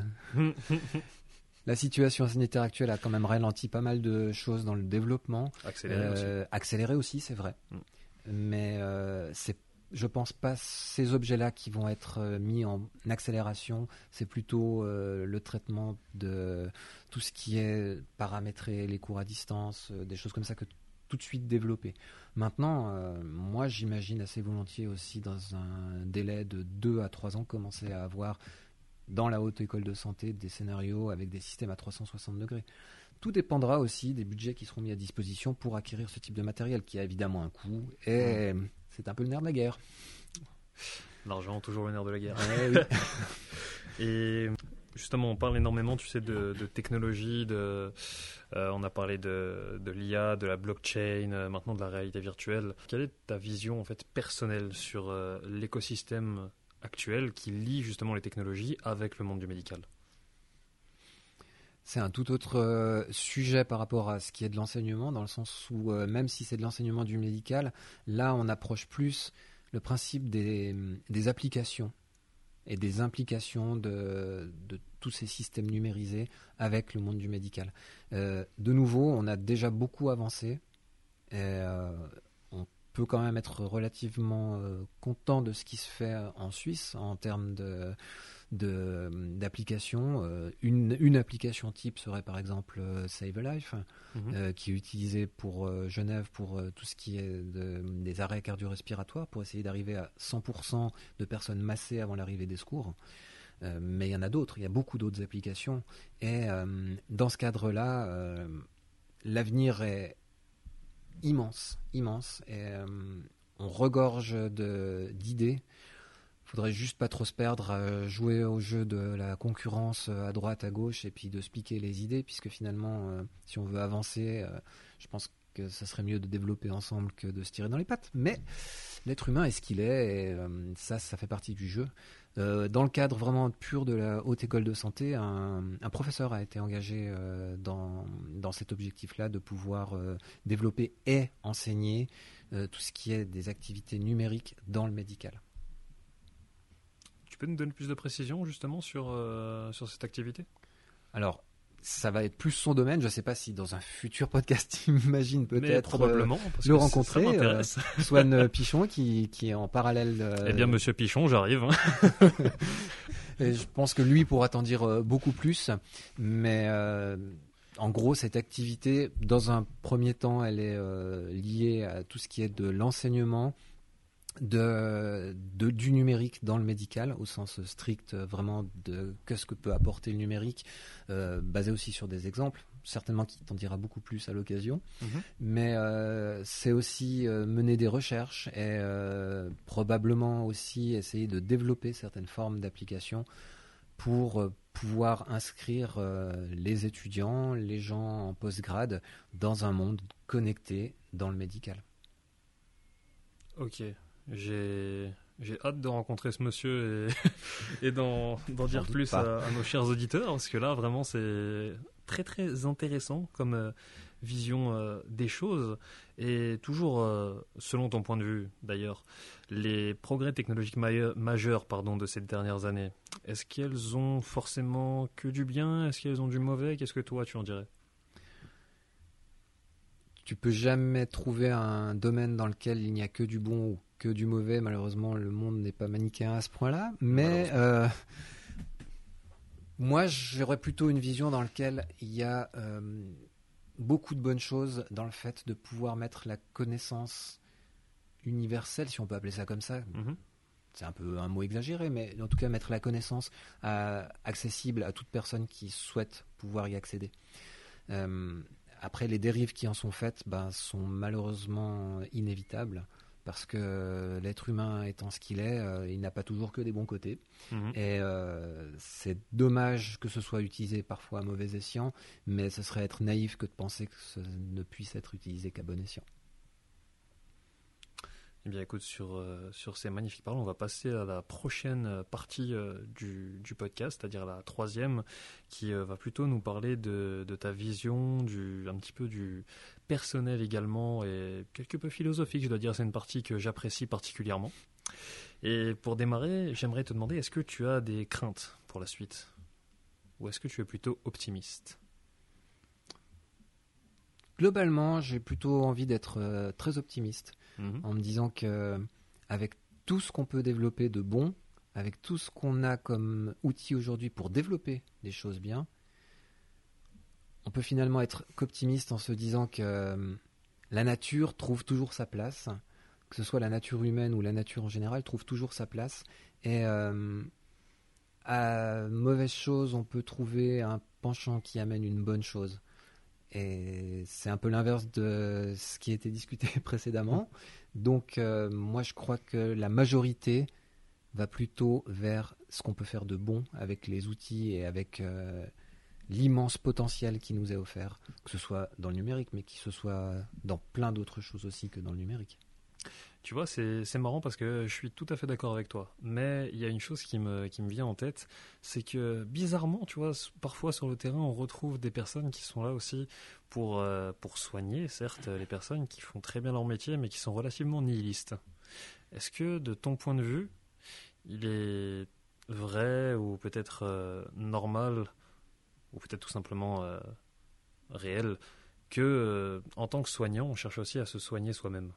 La situation sanitaire actuelle a quand même ralenti pas mal de choses dans le développement. Accéléré aussi, c'est vrai. Mais je pense pas ces objets-là qui vont être mis en accélération. C'est plutôt le traitement de tout ce qui est paramétrer les cours à distance, des choses comme ça que tout de suite développer. Maintenant, moi j'imagine assez volontiers aussi dans un délai de 2 à 3 ans commencer à avoir dans la haute école de santé des scénarios avec des systèmes à 360 degrés. Tout dépendra aussi des budgets qui seront mis à disposition pour acquérir ce type de matériel qui a évidemment un coût et c'est un peu le nerf de la guerre. L'argent, toujours le nerf de la guerre. Ouais, oui. Et justement, on parle énormément, tu sais, de technologie, on a parlé de l'IA, de la blockchain, maintenant de la réalité virtuelle. Quelle est ta vision en fait personnelle sur l'écosystème actuel qui lie justement les technologies avec le monde du médical? C'est un tout autre sujet par rapport à ce qui est de l'enseignement, dans le sens où même si c'est de l'enseignement du médical, là on approche plus le principe des applications et des implications de tous ces systèmes numérisés avec le monde du médical. De nouveau, on a déjà beaucoup avancé et on peut quand même être relativement content de ce qui se fait en Suisse en termes d'applications. Une application type serait par exemple Save a Life, qui est utilisée pour Genève pour tout ce qui est des arrêts cardio-respiratoires, pour essayer d'arriver à 100% de personnes massées avant l'arrivée des secours. Mais il y en a d'autres, il y a beaucoup d'autres applications. Et dans ce cadre-là, l'avenir est immense. Et on regorge d'idées. Faudrait juste pas trop se perdre à jouer au jeu de la concurrence à droite, à gauche, et puis de se piquer les idées, puisque finalement, si on veut avancer, je pense que ça serait mieux de développer ensemble que de se tirer dans les pattes. Mais l'être humain est ce qu'il est, et ça fait partie du jeu. Dans le cadre vraiment pur de la haute école de santé, un professeur a été engagé dans cet objectif-là de pouvoir développer et enseigner tout ce qui est des activités numériques dans le médical. Tu peux nous donner plus de précisions justement sur cette activité? Alors, ça va être plus son domaine. Je ne sais pas si dans un futur podcast, il m'imagine peut-être probablement, le rencontrer. Swan Pichon qui est en parallèle. Eh bien, monsieur Pichon, j'arrive. Et je pense que lui pourra t'en dire beaucoup plus. Mais en gros, cette activité, dans un premier temps, elle est liée à tout ce qui est de l'enseignement, du numérique dans le médical au sens strict vraiment de qu'est-ce que peut apporter le numérique, basé aussi sur des exemples, certainement qui t'en dira beaucoup plus à l'occasion. Mais c'est aussi mener des recherches et probablement aussi essayer de développer certaines formes d'applications pour pouvoir inscrire les étudiants, les gens en post-grade dans un monde connecté dans le médical. Ok. J'ai hâte de rencontrer ce monsieur et d'en dire plus à nos chers auditeurs, parce que là, vraiment, c'est très, très intéressant comme vision des choses. Et toujours, selon ton point de vue, d'ailleurs, les progrès technologiques majeurs de ces dernières années, est-ce qu'elles ont forcément que du bien? Est-ce qu'elles ont du mauvais? Qu'est-ce que toi, tu en dirais? Tu peux jamais trouver un domaine dans lequel il n'y a que du bon ou que du mauvais. Malheureusement, le monde n'est pas manichéen à ce point-là. Mais moi, j'aurais plutôt une vision dans laquelle il y a beaucoup de bonnes choses dans le fait de pouvoir mettre la connaissance universelle, si on peut appeler ça comme ça. C'est un peu un mot exagéré, mais en tout cas mettre la connaissance accessible à toute personne qui souhaite pouvoir y accéder. Après, les dérives qui en sont faites sont malheureusement inévitables, parce que l'être humain étant ce qu'il est, il n'a pas toujours que des bons côtés. Et c'est dommage que ce soit utilisé parfois à mauvais escient, mais ce serait être naïf que de penser que ce ne puisse être utilisé qu'à bon escient. Eh bien, écoute, sur ces magnifiques paroles, on va passer à la prochaine partie du podcast, c'est-à-dire la troisième, qui va plutôt nous parler de ta vision, un petit peu du personnel également, et quelque peu philosophique, je dois dire. C'est une partie que j'apprécie particulièrement. Et pour démarrer, j'aimerais te demander, est-ce que tu as des craintes pour la suite? Ou est-ce que tu es plutôt optimiste? Globalement, j'ai plutôt envie d'être très optimiste, en me disant que avec tout ce qu'on peut développer de bon, avec tout ce qu'on a comme outil aujourd'hui pour développer des choses bien, on peut finalement être qu'optimiste en se disant que la nature trouve toujours sa place, que ce soit la nature humaine ou la nature en général trouve toujours sa place, et à mauvaise chose, on peut trouver un penchant qui amène une bonne chose. Et c'est un peu l'inverse de ce qui a été discuté précédemment. Donc, moi, je crois que la majorité va plutôt vers ce qu'on peut faire de bon avec les outils et avec l'immense potentiel qui nous est offert, que ce soit dans le numérique, mais que ce soit dans plein d'autres choses aussi que dans le numérique. Tu vois, c'est marrant parce que je suis tout à fait d'accord avec toi. Mais il y a une chose qui me vient en tête, c'est que bizarrement, tu vois, parfois sur le terrain, on retrouve des personnes qui sont là aussi pour soigner, certes, les personnes qui font très bien leur métier, mais qui sont relativement nihilistes. Est-ce que, de ton point de vue, il est vrai ou peut-être normal, ou peut-être tout simplement réel, que en tant que soignant, on cherche aussi à se soigner soi-même?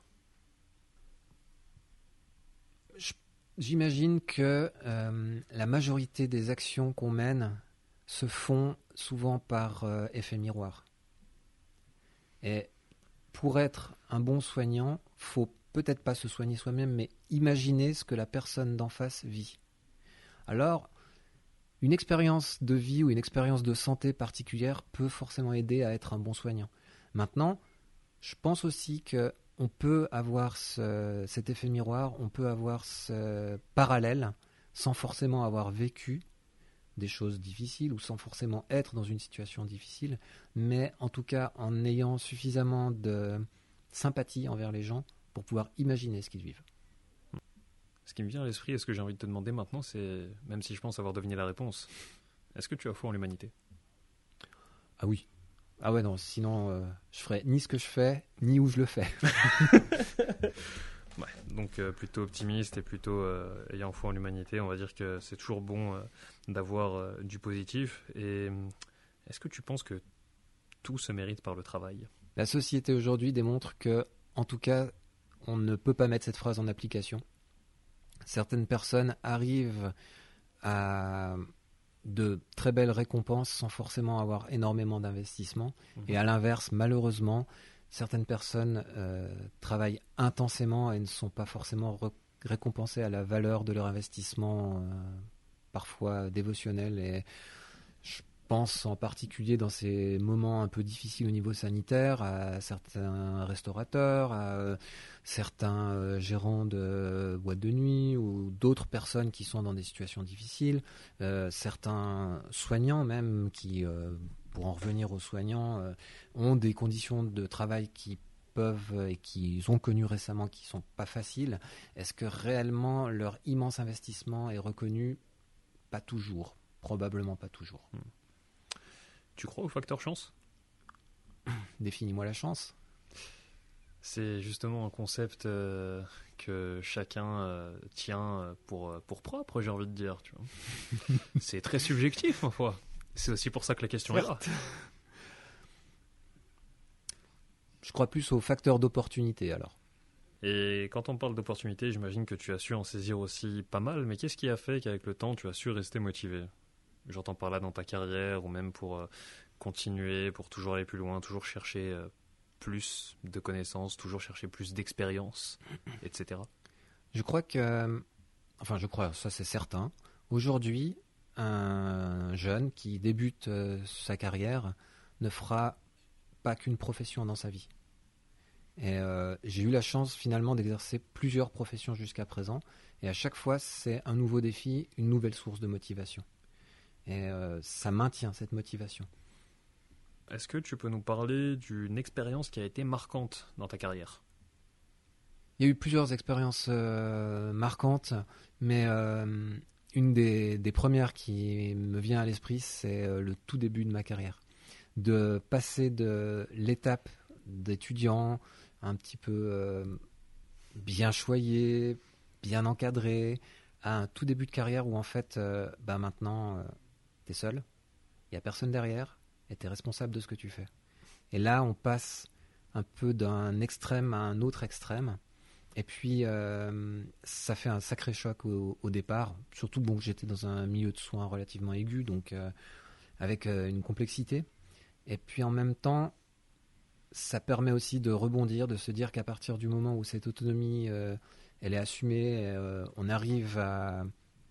J'imagine que la majorité des actions qu'on mène se font souvent par effet miroir. Et pour être un bon soignant, faut peut-être pas se soigner soi-même, mais imaginer ce que la personne d'en face vit. Alors, une expérience de vie ou une expérience de santé particulière peut forcément aider à être un bon soignant. Maintenant, je pense aussi que on peut avoir cet effet miroir, on peut avoir ce parallèle sans forcément avoir vécu des choses difficiles ou sans forcément être dans une situation difficile, mais en tout cas en ayant suffisamment de sympathie envers les gens pour pouvoir imaginer ce qu'ils vivent. Ce qui me vient à l'esprit et ce que j'ai envie de te demander maintenant, c'est, même si je pense avoir deviné la réponse, est-ce que tu as foi en l'humanité? Ah oui. Ah ouais, non, sinon je ferais ni ce que je fais, ni où je le fais. Ouais, donc plutôt optimiste et plutôt ayant foi en l'humanité, on va dire que c'est toujours bon d'avoir du positif. Et est-ce que tu penses que tout se mérite par le travail? La société aujourd'hui démontre que, en tout cas, on ne peut pas mettre cette phrase en application. Certaines personnes arrivent à de très belles récompenses sans forcément avoir énormément d'investissement. Et à l'inverse, malheureusement, certaines personnes travaillent intensément et ne sont pas forcément récompensées à la valeur de leur investissement, parfois dévotionnel. Et je pense en particulier dans ces moments un peu difficiles au niveau sanitaire à certains restaurateurs, à certains gérants de boîtes de nuit ou d'autres personnes qui sont dans des situations difficiles, certains soignants même qui, pour en revenir aux soignants, ont des conditions de travail qui peuvent et qu'ils ont connu récemment qui ne sont pas faciles. Est-ce que réellement leur immense investissement est reconnu? Pas toujours, probablement pas toujours. Tu crois au facteur chance? Définis-moi la chance. C'est justement un concept que chacun tient pour propre, j'ai envie de dire. Tu vois. C'est très subjectif, ma foi. C'est aussi pour ça que la question est là. Je crois plus au facteur d'opportunité alors. Et quand on parle d'opportunité, j'imagine que tu as su en saisir aussi pas mal, mais qu'est-ce qui a fait qu'avec le temps, tu as su rester motivé? J'entends par là dans ta carrière ou même pour continuer, pour toujours aller plus loin, toujours chercher plus de connaissances, toujours chercher plus d'expérience, etc. Je crois que, ça c'est certain, aujourd'hui, un jeune qui débute sa carrière ne fera pas qu'une profession dans sa vie. Et j'ai eu la chance finalement d'exercer plusieurs professions jusqu'à présent, et à chaque fois c'est un nouveau défi, une nouvelle source de motivation. Et ça maintient cette motivation. Est-ce que tu peux nous parler d'une expérience qui a été marquante dans ta carrière? Il y a eu plusieurs expériences marquantes, mais une des premières qui me vient à l'esprit, c'est le tout début de ma carrière. De passer de l'étape d'étudiant un petit peu bien choyé, bien encadré, à un tout début de carrière où en fait, maintenant, t'es seul, il n'y a personne derrière, et t'es responsable de ce que tu fais. Et là, on passe un peu d'un extrême à un autre extrême. Et puis, ça fait un sacré choc au départ. Surtout, bon, j'étais dans un milieu de soins relativement aigu, donc avec une complexité. Et puis, en même temps, ça permet aussi de rebondir, de se dire qu'à partir du moment où cette autonomie, elle est assumée, on arrive à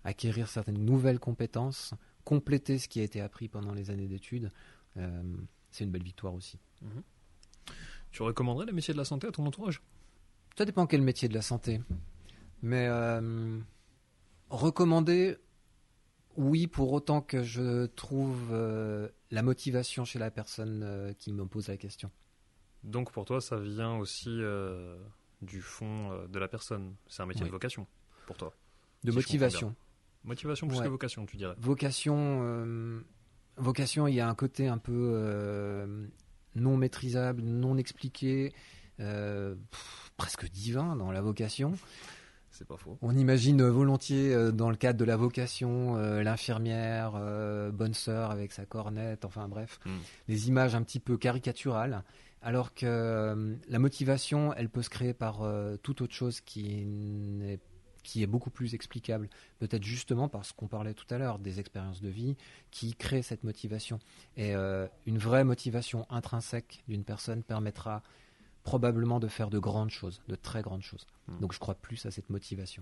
acquérir certaines nouvelles compétences, compléter ce qui a été appris pendant les années d'études, c'est une belle victoire aussi. Tu recommanderais le métier de la santé à ton entourage? Ça dépend quel métier de la santé. Mais recommander, oui, pour autant que je trouve la motivation chez la personne qui me pose la question. Donc pour toi, ça vient aussi du fond de la personne. C'est un métier de vocation pour toi? De motivation. Motivation plus que vocation, tu dirais? Vocation, il y a un côté un peu non maîtrisable, non expliqué, presque divin dans la vocation. C'est pas faux. On imagine volontiers dans le cadre de la vocation l'infirmière, bonne sœur avec sa cornette, enfin bref, des images un petit peu caricaturales, alors que la motivation, elle peut se créer par toute autre chose qui est beaucoup plus explicable, peut-être justement parce qu'on parlait tout à l'heure des expériences de vie qui créent cette motivation. Et une vraie motivation intrinsèque d'une personne permettra probablement de faire de grandes choses, de très grandes choses. Donc je crois plus à cette motivation.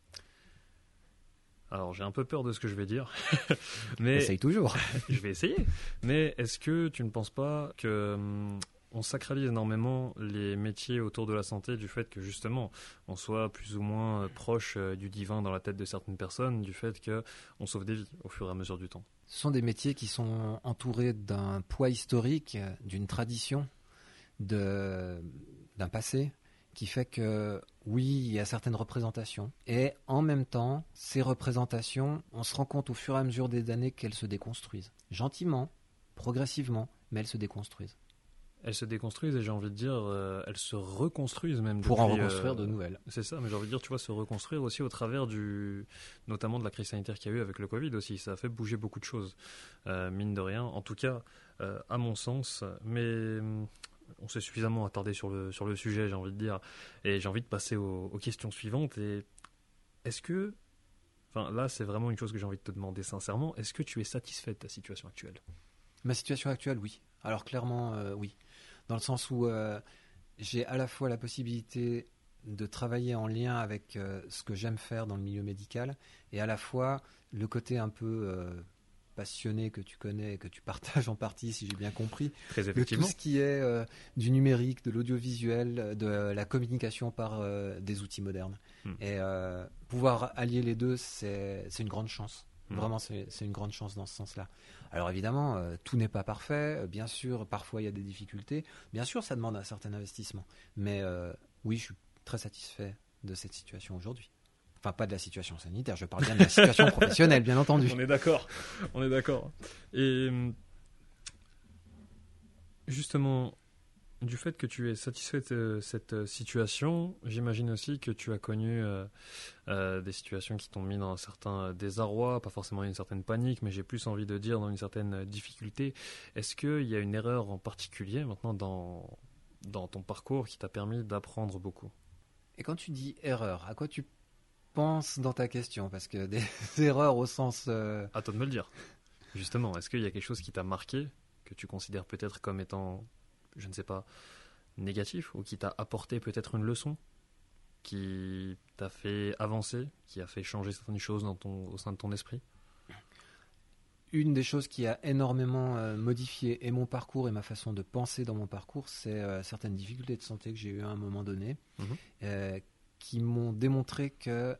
Alors j'ai un peu peur de ce que je vais dire, mais essaye toujours. Je vais essayer. Mais est-ce que tu ne penses pas que on sacralise énormément les métiers autour de la santé du fait que justement on soit plus ou moins proche du divin dans la tête de certaines personnes, du fait qu'on sauve des vies au fur et à mesure du temps? Ce sont des métiers qui sont entourés d'un poids historique, d'une tradition, d'un passé qui fait que oui, il y a certaines représentations et en même temps, ces représentations, on se rend compte au fur et à mesure des années qu'elles se déconstruisent. Gentiment, progressivement, mais elles se déconstruisent. Elles se déconstruisent et j'ai envie de dire, elles se reconstruisent même. Pour en reconstruire de nouvelles. C'est ça, mais j'ai envie de dire, tu vois, se reconstruire aussi au travers notamment de la crise sanitaire qu'il y a eu avec le Covid aussi. Ça a fait bouger beaucoup de choses, mine de rien. En tout cas, à mon sens, mais on s'est suffisamment attardé sur le sujet, j'ai envie de dire. Et j'ai envie de passer aux questions suivantes. Et est-ce que, enfin là, c'est vraiment une chose que j'ai envie de te demander sincèrement, est-ce que tu es satisfait de ta situation actuelle? Ma situation actuelle, oui. Alors clairement, oui. Dans le sens où j'ai à la fois la possibilité de travailler en lien avec ce que j'aime faire dans le milieu médical et à la fois le côté un peu passionné que tu connais et que tu partages en partie, si j'ai bien compris, très effectivement, de tout ce qui est du numérique, de l'audiovisuel, de la communication par des outils modernes. Et pouvoir allier les deux, c'est une grande chance. Vraiment, c'est une grande chance dans ce sens-là. Alors évidemment, tout n'est pas parfait. Bien sûr, parfois il y a des difficultés. Bien sûr, ça demande un certain investissement. Mais oui, je suis très satisfait de cette situation aujourd'hui. Enfin, pas de la situation sanitaire, je parle bien de la situation professionnelle, bien entendu. On est d'accord. Et justement, du fait que tu es satisfait de cette situation, j'imagine aussi que tu as connu des situations qui t'ont mis dans un certain désarroi, pas forcément une certaine panique, mais j'ai plus envie de dire dans une certaine difficulté. Est-ce qu'il y a une erreur en particulier maintenant dans ton parcours qui t'a permis d'apprendre beaucoup? Et quand tu dis erreur, à quoi tu penses dans ta question? Parce que des erreurs au sens... À toi de me le dire. Justement, est-ce qu'il y a quelque chose qui t'a marqué, que tu considères peut-être comme étant, je ne sais pas, négatif, ou qui t'a apporté peut-être une leçon, qui t'a fait avancer, qui a fait changer certaines choses au sein de ton esprit? Une des choses qui a énormément modifié et mon parcours et ma façon de penser dans mon parcours, c'est certaines difficultés de santé que j'ai eues à un moment donné, qui m'ont démontré que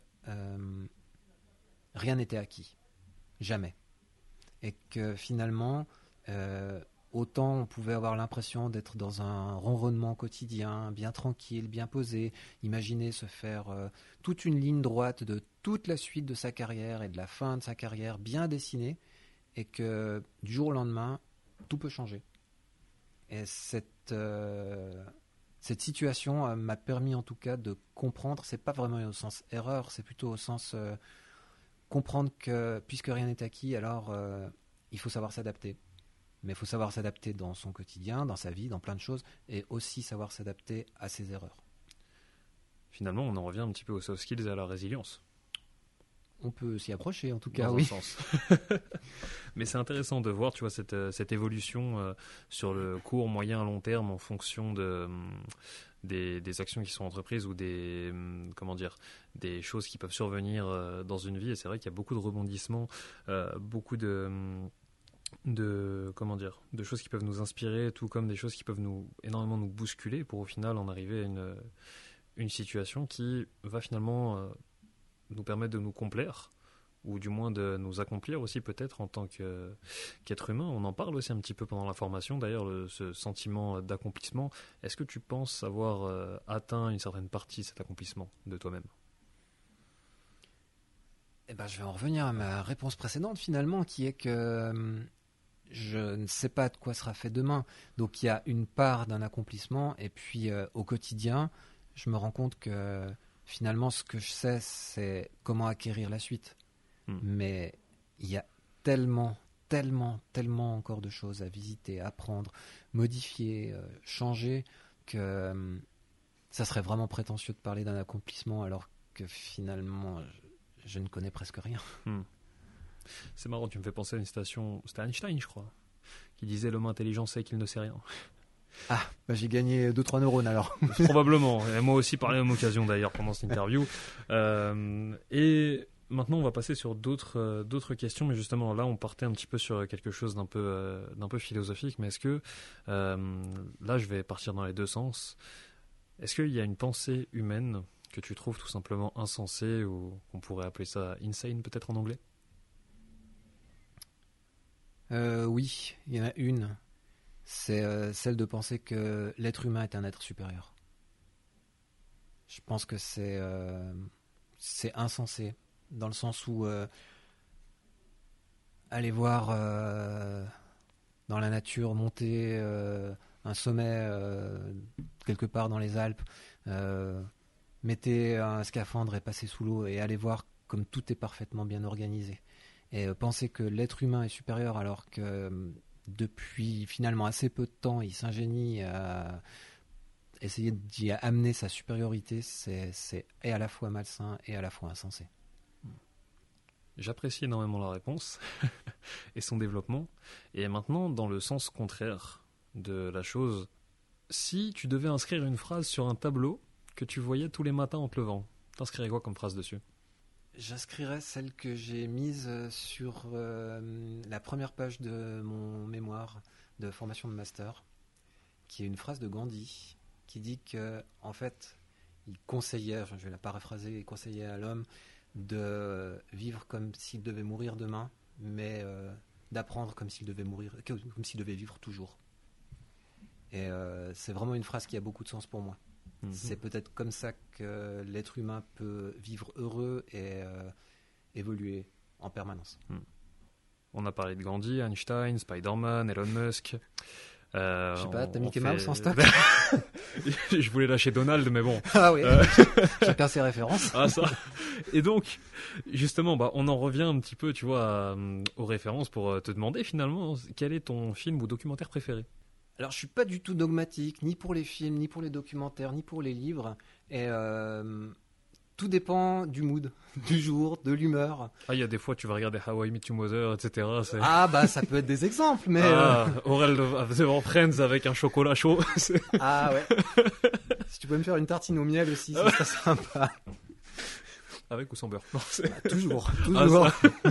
rien n'était acquis. Jamais. Et que finalement, autant on pouvait avoir l'impression d'être dans un ronronnement quotidien, bien tranquille, bien posé, imaginer se faire toute une ligne droite de toute la suite de sa carrière et de la fin de sa carrière bien dessinée, et que du jour au lendemain, tout peut changer. Et cette situation m'a permis en tout cas de comprendre, c'est pas vraiment au sens erreur, c'est plutôt au sens comprendre que puisque rien n'est acquis, alors il faut savoir s'adapter. Mais il faut savoir s'adapter dans son quotidien, dans sa vie, dans plein de choses, et aussi savoir s'adapter à ses erreurs. Finalement, on en revient un petit peu aux soft skills et à la résilience. on peut s'y approcher en tout dans cas, un oui. sens. Mais c'est intéressant de voir, tu vois, cette évolution sur le court, moyen, long terme en fonction des actions qui sont entreprises ou des choses qui peuvent survenir dans une vie. Et c'est vrai qu'il y a beaucoup de rebondissements, beaucoup de choses qui peuvent nous inspirer, tout comme des choses qui peuvent énormément nous bousculer pour au final en arriver à une situation qui va finalement nous permettre de nous complaire ou du moins de nous accomplir aussi peut-être en tant qu'être humain. On en parle aussi un petit peu pendant la formation d'ailleurs, ce sentiment d'accomplissement. Est-ce que tu penses avoir atteint une certaine partie de cet accomplissement de toi-même? Eh ben, je vais en revenir à ma réponse précédente finalement, qui est que je ne sais pas de quoi sera fait demain. Donc il y a une part d'un accomplissement, et puis au quotidien, je me rends compte que finalement ce que je sais, c'est comment acquérir la suite. Mais il y a tellement encore de choses à visiter, apprendre, modifier, changer, que ça serait vraiment prétentieux de parler d'un accomplissement alors que finalement je ne connais presque rien. C'est marrant, tu me fais penser à une citation, c'était Einstein je crois, qui disait l'homme intelligent sait qu'il ne sait rien. Ah, bah j'ai gagné 2-3 neurones alors. Probablement, et moi aussi par la même occasion d'ailleurs pendant cette interview. Et maintenant on va passer sur d'autres questions, mais justement là on partait un petit peu sur quelque chose d'un peu philosophique, mais est-ce que, là je vais partir dans les deux sens, est-ce qu'il y a une pensée humaine que tu trouves tout simplement insensée, ou qu'on pourrait appeler ça insane peut-être en anglais? Oui, il y en a une. C'est celle de penser que l'être humain est un être supérieur. Je pense que c'est insensé, dans le sens où aller voir dans la nature monter un sommet quelque part dans les Alpes, mettez un scaphandre et passez sous l'eau et allez voir comme tout est parfaitement bien organisé. Et penser que l'être humain est supérieur alors que depuis finalement assez peu de temps, il s'ingénie à essayer d'y amener sa supériorité, c'est et à la fois malsain et à la fois insensé. J'apprécie énormément la réponse et son développement. Et maintenant, dans le sens contraire de la chose, si tu devais inscrire une phrase sur un tableau que tu voyais tous les matins en te levant, t'inscrirais quoi comme phrase dessus? J'inscrirais celle que j'ai mise sur la première page de mon mémoire de formation de master, qui est une phrase de Gandhi qui dit que, en fait, il conseillait, enfin, je vais la paraphraser, il conseillait à l'homme de vivre comme s'il devait mourir demain, mais d'apprendre comme s'il devait vivre toujours. Et c'est vraiment une phrase qui a beaucoup de sens pour moi. C'est peut-être comme ça que l'être humain peut vivre heureux et évoluer en permanence. On a parlé de Gandhi, Einstein, Spider-Man, Elon Musk. Je sais pas, t'as Mickey Mouse en stock? Je voulais lâcher Donald, mais bon. Ah oui, chacun ses références. Ah ça. Et donc, justement, on en revient un petit peu, tu vois, aux références pour te demander finalement, quel est ton film ou documentaire préféré? Alors, je suis pas du tout dogmatique, ni pour les films, ni pour les documentaires, ni pour les livres. Et tout dépend du mood, du jour, de l'humeur. Ah, il y a des fois, tu vas regarder How I Met Your Mother, etc. Ah, bah, ça peut être des exemples, mais... Aurel devant Friends avec un chocolat chaud. Ah, ouais. Si tu pouvais me faire une tartine au miel aussi, ça serait sympa. Avec ou sans beurre? Non, bah, toujours. Ah,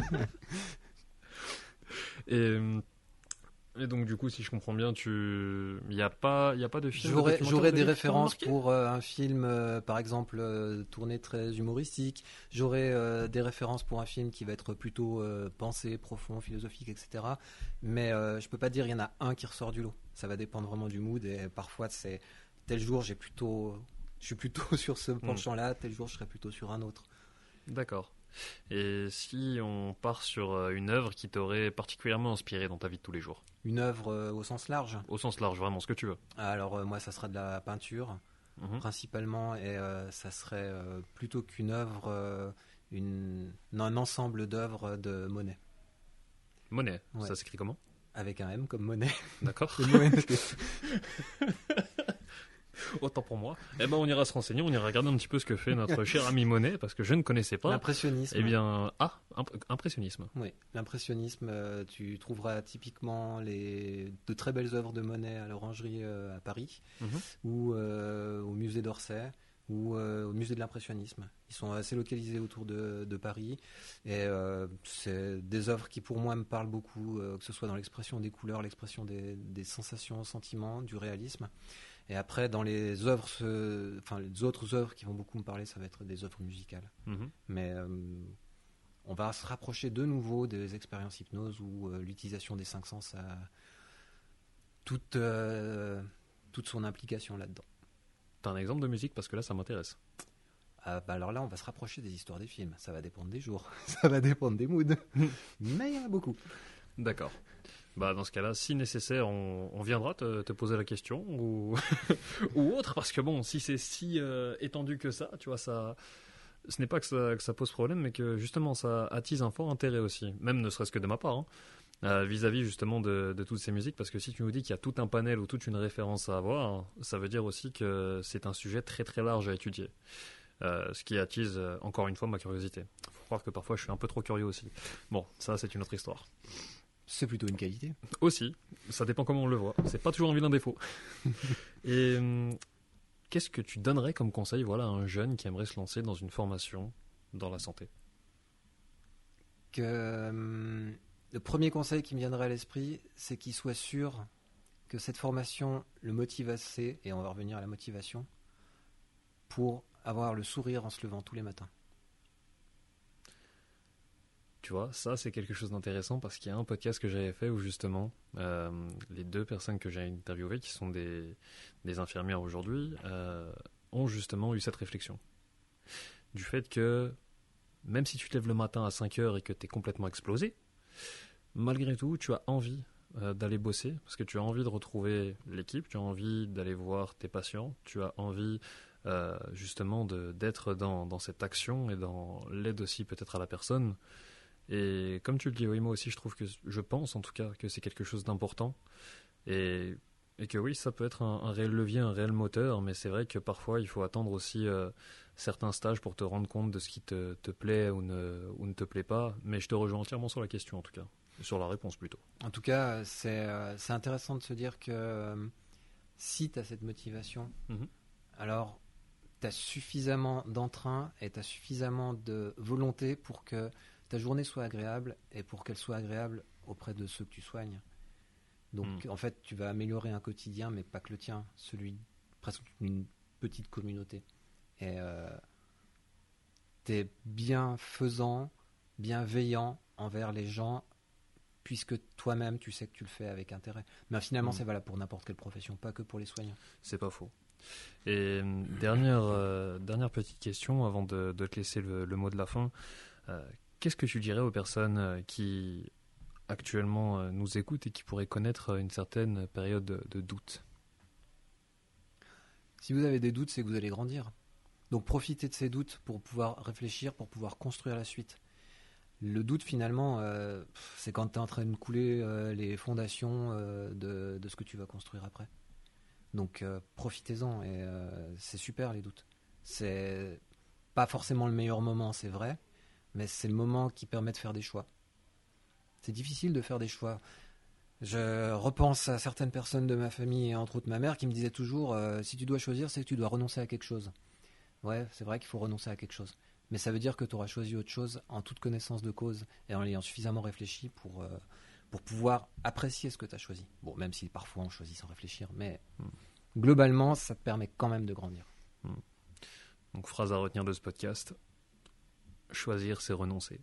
Et donc du coup, si je comprends bien, il y a pas de film. J'aurais des références pour un film, par exemple, tourné très humoristique. J'aurais des références pour un film qui va être plutôt pensé, profond, philosophique, etc. Mais je peux pas dire il y en a un qui ressort du lot. Ça va dépendre vraiment du mood, et parfois c'est tel jour je suis plutôt sur ce penchant-là, tel jour je serai plutôt sur un autre. D'accord. Et si on part sur une œuvre qui t'aurait particulièrement inspiré dans ta vie de tous les jours? Une œuvre au sens large? Au sens large, vraiment, ce que tu veux. Alors moi, ça sera de la peinture, principalement, et ça serait plutôt qu'une œuvre, un ensemble d'œuvres de Monet. Monet, ouais. Ça s'écrit comment? Avec un M comme Monet. D'accord. Autant pour moi. Eh ben, on ira se renseigner, on ira regarder un petit peu ce que fait notre cher ami Monet, parce que je ne connaissais pas. L'impressionnisme. Eh bien, impressionnisme. Oui, l'impressionnisme, tu trouveras typiquement de très belles œuvres de Monet à l'Orangerie à Paris, ou au musée d'Orsay, ou au musée de l'impressionnisme. Ils sont assez localisés autour de Paris, et c'est des œuvres qui pour moi me parlent beaucoup, que ce soit dans l'expression des couleurs, l'expression des sensations, sentiments, du réalisme. Et après, dans les œuvres, les autres œuvres qui vont beaucoup me parler, ça va être des œuvres musicales. Mais on va se rapprocher de nouveau des expériences hypnose où l'utilisation des 5 sens a toute son implication là-dedans. T'as un exemple de musique parce que là ça m'intéresse. Alors là, on va se rapprocher des histoires des films. Ça va dépendre des jours, ça va dépendre des moods. Mais il y en a beaucoup. D'accord. Dans ce cas-là, si nécessaire, on viendra te poser la question ou, ou autre, parce que bon, si c'est si étendu que ça, tu vois, ce n'est pas que ça pose problème, mais que justement ça attise un fort intérêt aussi, même ne serait-ce que de ma part, vis-à-vis justement de toutes ces musiques, parce que si tu nous dis qu'il y a tout un panel ou toute une référence à avoir, ça veut dire aussi que c'est un sujet très très large à étudier. Ce qui attise encore une fois ma curiosité. Faut croire que parfois je suis un peu trop curieux aussi. Bon, ça c'est une autre histoire. C'est plutôt une qualité. Aussi, ça dépend comment on le voit. C'est pas toujours un vilain défaut. Et qu'est-ce que tu donnerais comme conseil, à un jeune qui aimerait se lancer dans une formation dans la santé ? Le premier conseil qui me viendrait à l'esprit, c'est qu'il soit sûr que cette formation le motive assez, et on va revenir à la motivation, pour avoir le sourire en se levant tous les matins. Tu vois, ça c'est quelque chose d'intéressant parce qu'il y a un podcast que j'avais fait où justement les 2 personnes que j'ai interviewées, qui sont des infirmières aujourd'hui, ont justement eu cette réflexion. Du fait que même si tu te lèves le matin à 5h et que tu es complètement explosé, malgré tout tu as envie d'aller bosser parce que tu as envie de retrouver l'équipe, tu as envie d'aller voir tes patients, tu as envie justement d'être dans cette action et dans l'aide aussi peut-être à la personne. Et comme tu le dis, oui, moi aussi je pense en tout cas que c'est quelque chose d'important et que oui, ça peut être un réel levier, un réel moteur, mais c'est vrai que parfois il faut attendre aussi certains stages pour te rendre compte de ce qui te plaît ou ne te plaît pas, mais je te rejoins entièrement sur la question en tout cas, sur la réponse plutôt. En tout cas, c'est intéressant de se dire que si tu as cette motivation, alors tu as suffisamment d'entrain et tu as suffisamment de volonté pour que ta journée soit agréable et pour qu'elle soit agréable auprès de ceux que tu soignes. Donc en fait, tu vas améliorer un quotidien, mais pas que le tien, celui presque d'une petite communauté. Et tu es bienfaisant, bienveillant envers les gens, puisque toi-même, tu sais que tu le fais avec intérêt. Mais finalement, c'est valable pour n'importe quelle profession, pas que pour les soignants. C'est pas faux. Et dernière petite question avant de te laisser le mot de la fin. Qu'est-ce que tu dirais aux personnes qui actuellement nous écoutent et qui pourraient connaître une certaine période de doute ? Si vous avez des doutes, c'est que vous allez grandir. Donc profitez de ces doutes pour pouvoir réfléchir, pour pouvoir construire la suite. Le doute finalement, c'est quand tu es en train de couler les fondations de ce que tu vas construire après. Donc profitez-en et c'est super les doutes. C'est pas forcément le meilleur moment, c'est vrai, mais c'est le moment qui permet de faire des choix. C'est difficile de faire des choix. Je repense à certaines personnes de ma famille, et entre autres ma mère, qui me disait toujours si tu dois choisir, c'est que tu dois renoncer à quelque chose. Ouais, c'est vrai qu'il faut renoncer à quelque chose. Mais ça veut dire que tu auras choisi autre chose en toute connaissance de cause et en ayant suffisamment réfléchi pour pouvoir apprécier ce que tu as choisi. Bon, même si parfois on choisit sans réfléchir, mais globalement, ça te permet quand même de grandir. Donc, phrase à retenir de ce podcast, choisir, c'est renoncer.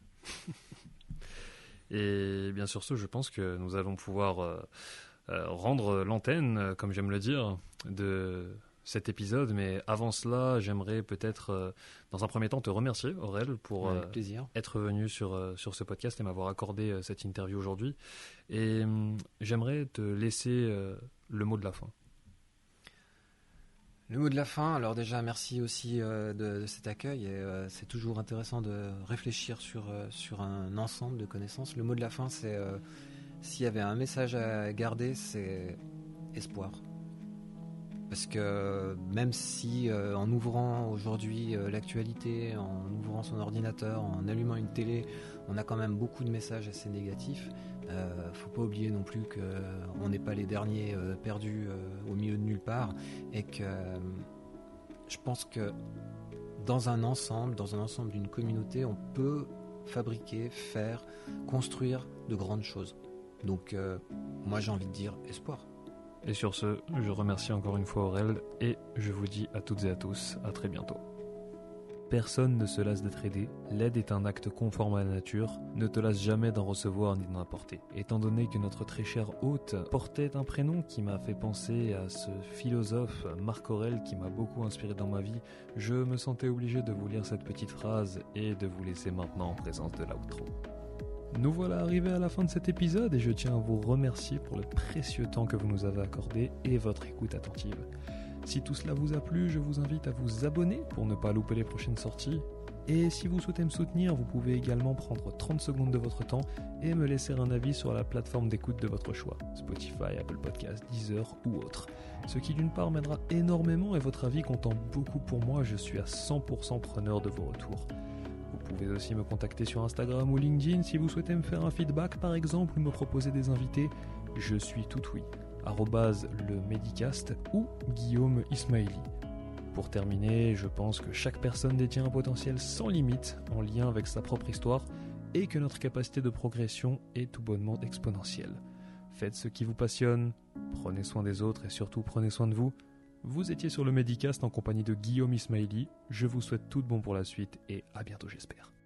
Et bien sur ce, je pense que nous allons pouvoir rendre l'antenne, comme j'aime le dire, de cet épisode. Mais avant cela, j'aimerais peut-être, dans un premier temps, te remercier, Aurel, pour être venu sur ce podcast et m'avoir accordé cette interview aujourd'hui. Et j'aimerais te laisser le mot de la fin. Le mot de la fin, alors déjà merci aussi de cet accueil et c'est toujours intéressant de réfléchir sur un ensemble de connaissances. Le mot de la fin, c'est s'il y avait un message à garder, c'est espoir. Parce que même si en ouvrant aujourd'hui l'actualité, en ouvrant son ordinateur, en allumant une télé, on a quand même beaucoup de messages assez négatifs, faut pas oublier non plus qu'on n'est pas les derniers perdus au milieu de nulle part, et que je pense que dans un ensemble d'une communauté, on peut fabriquer, faire, construire de grandes choses. Donc moi j'ai envie de dire espoir. Et sur ce, je remercie encore une fois Aurel et je vous dis à toutes et à tous, à très bientôt. Personne ne se lasse d'être aidé, l'aide est un acte conforme à la nature, ne te lasse jamais d'en recevoir ni d'en apporter. Étant donné que notre très cher hôte portait un prénom qui m'a fait penser à ce philosophe Marc Aurèle qui m'a beaucoup inspiré dans ma vie, je me sentais obligé de vous lire cette petite phrase et de vous laisser maintenant en présence de l'outro. Nous voilà arrivés à la fin de cet épisode et je tiens à vous remercier pour le précieux temps que vous nous avez accordé et votre écoute attentive. Si tout cela vous a plu, je vous invite à vous abonner pour ne pas louper les prochaines sorties. Et si vous souhaitez me soutenir, vous pouvez également prendre 30 secondes de votre temps et me laisser un avis sur la plateforme d'écoute de votre choix, Spotify, Apple Podcasts, Deezer ou autre. Ce qui d'une part m'aidera énormément et votre avis comptant beaucoup pour moi, je suis à 100% preneur de vos retours. Vous pouvez aussi me contacter sur Instagram ou LinkedIn si vous souhaitez me faire un feedback par exemple ou me proposer des invités. Je suis tout oui. @lemedicast ou Guillaume Ismaili. Pour terminer, je pense que chaque personne détient un potentiel sans limite en lien avec sa propre histoire et que notre capacité de progression est tout bonnement exponentielle. Faites ce qui vous passionne, prenez soin des autres et surtout prenez soin de vous. Vous étiez sur le Medicast en compagnie de Guillaume Ismaili. Je vous souhaite tout de bon pour la suite et à bientôt j'espère.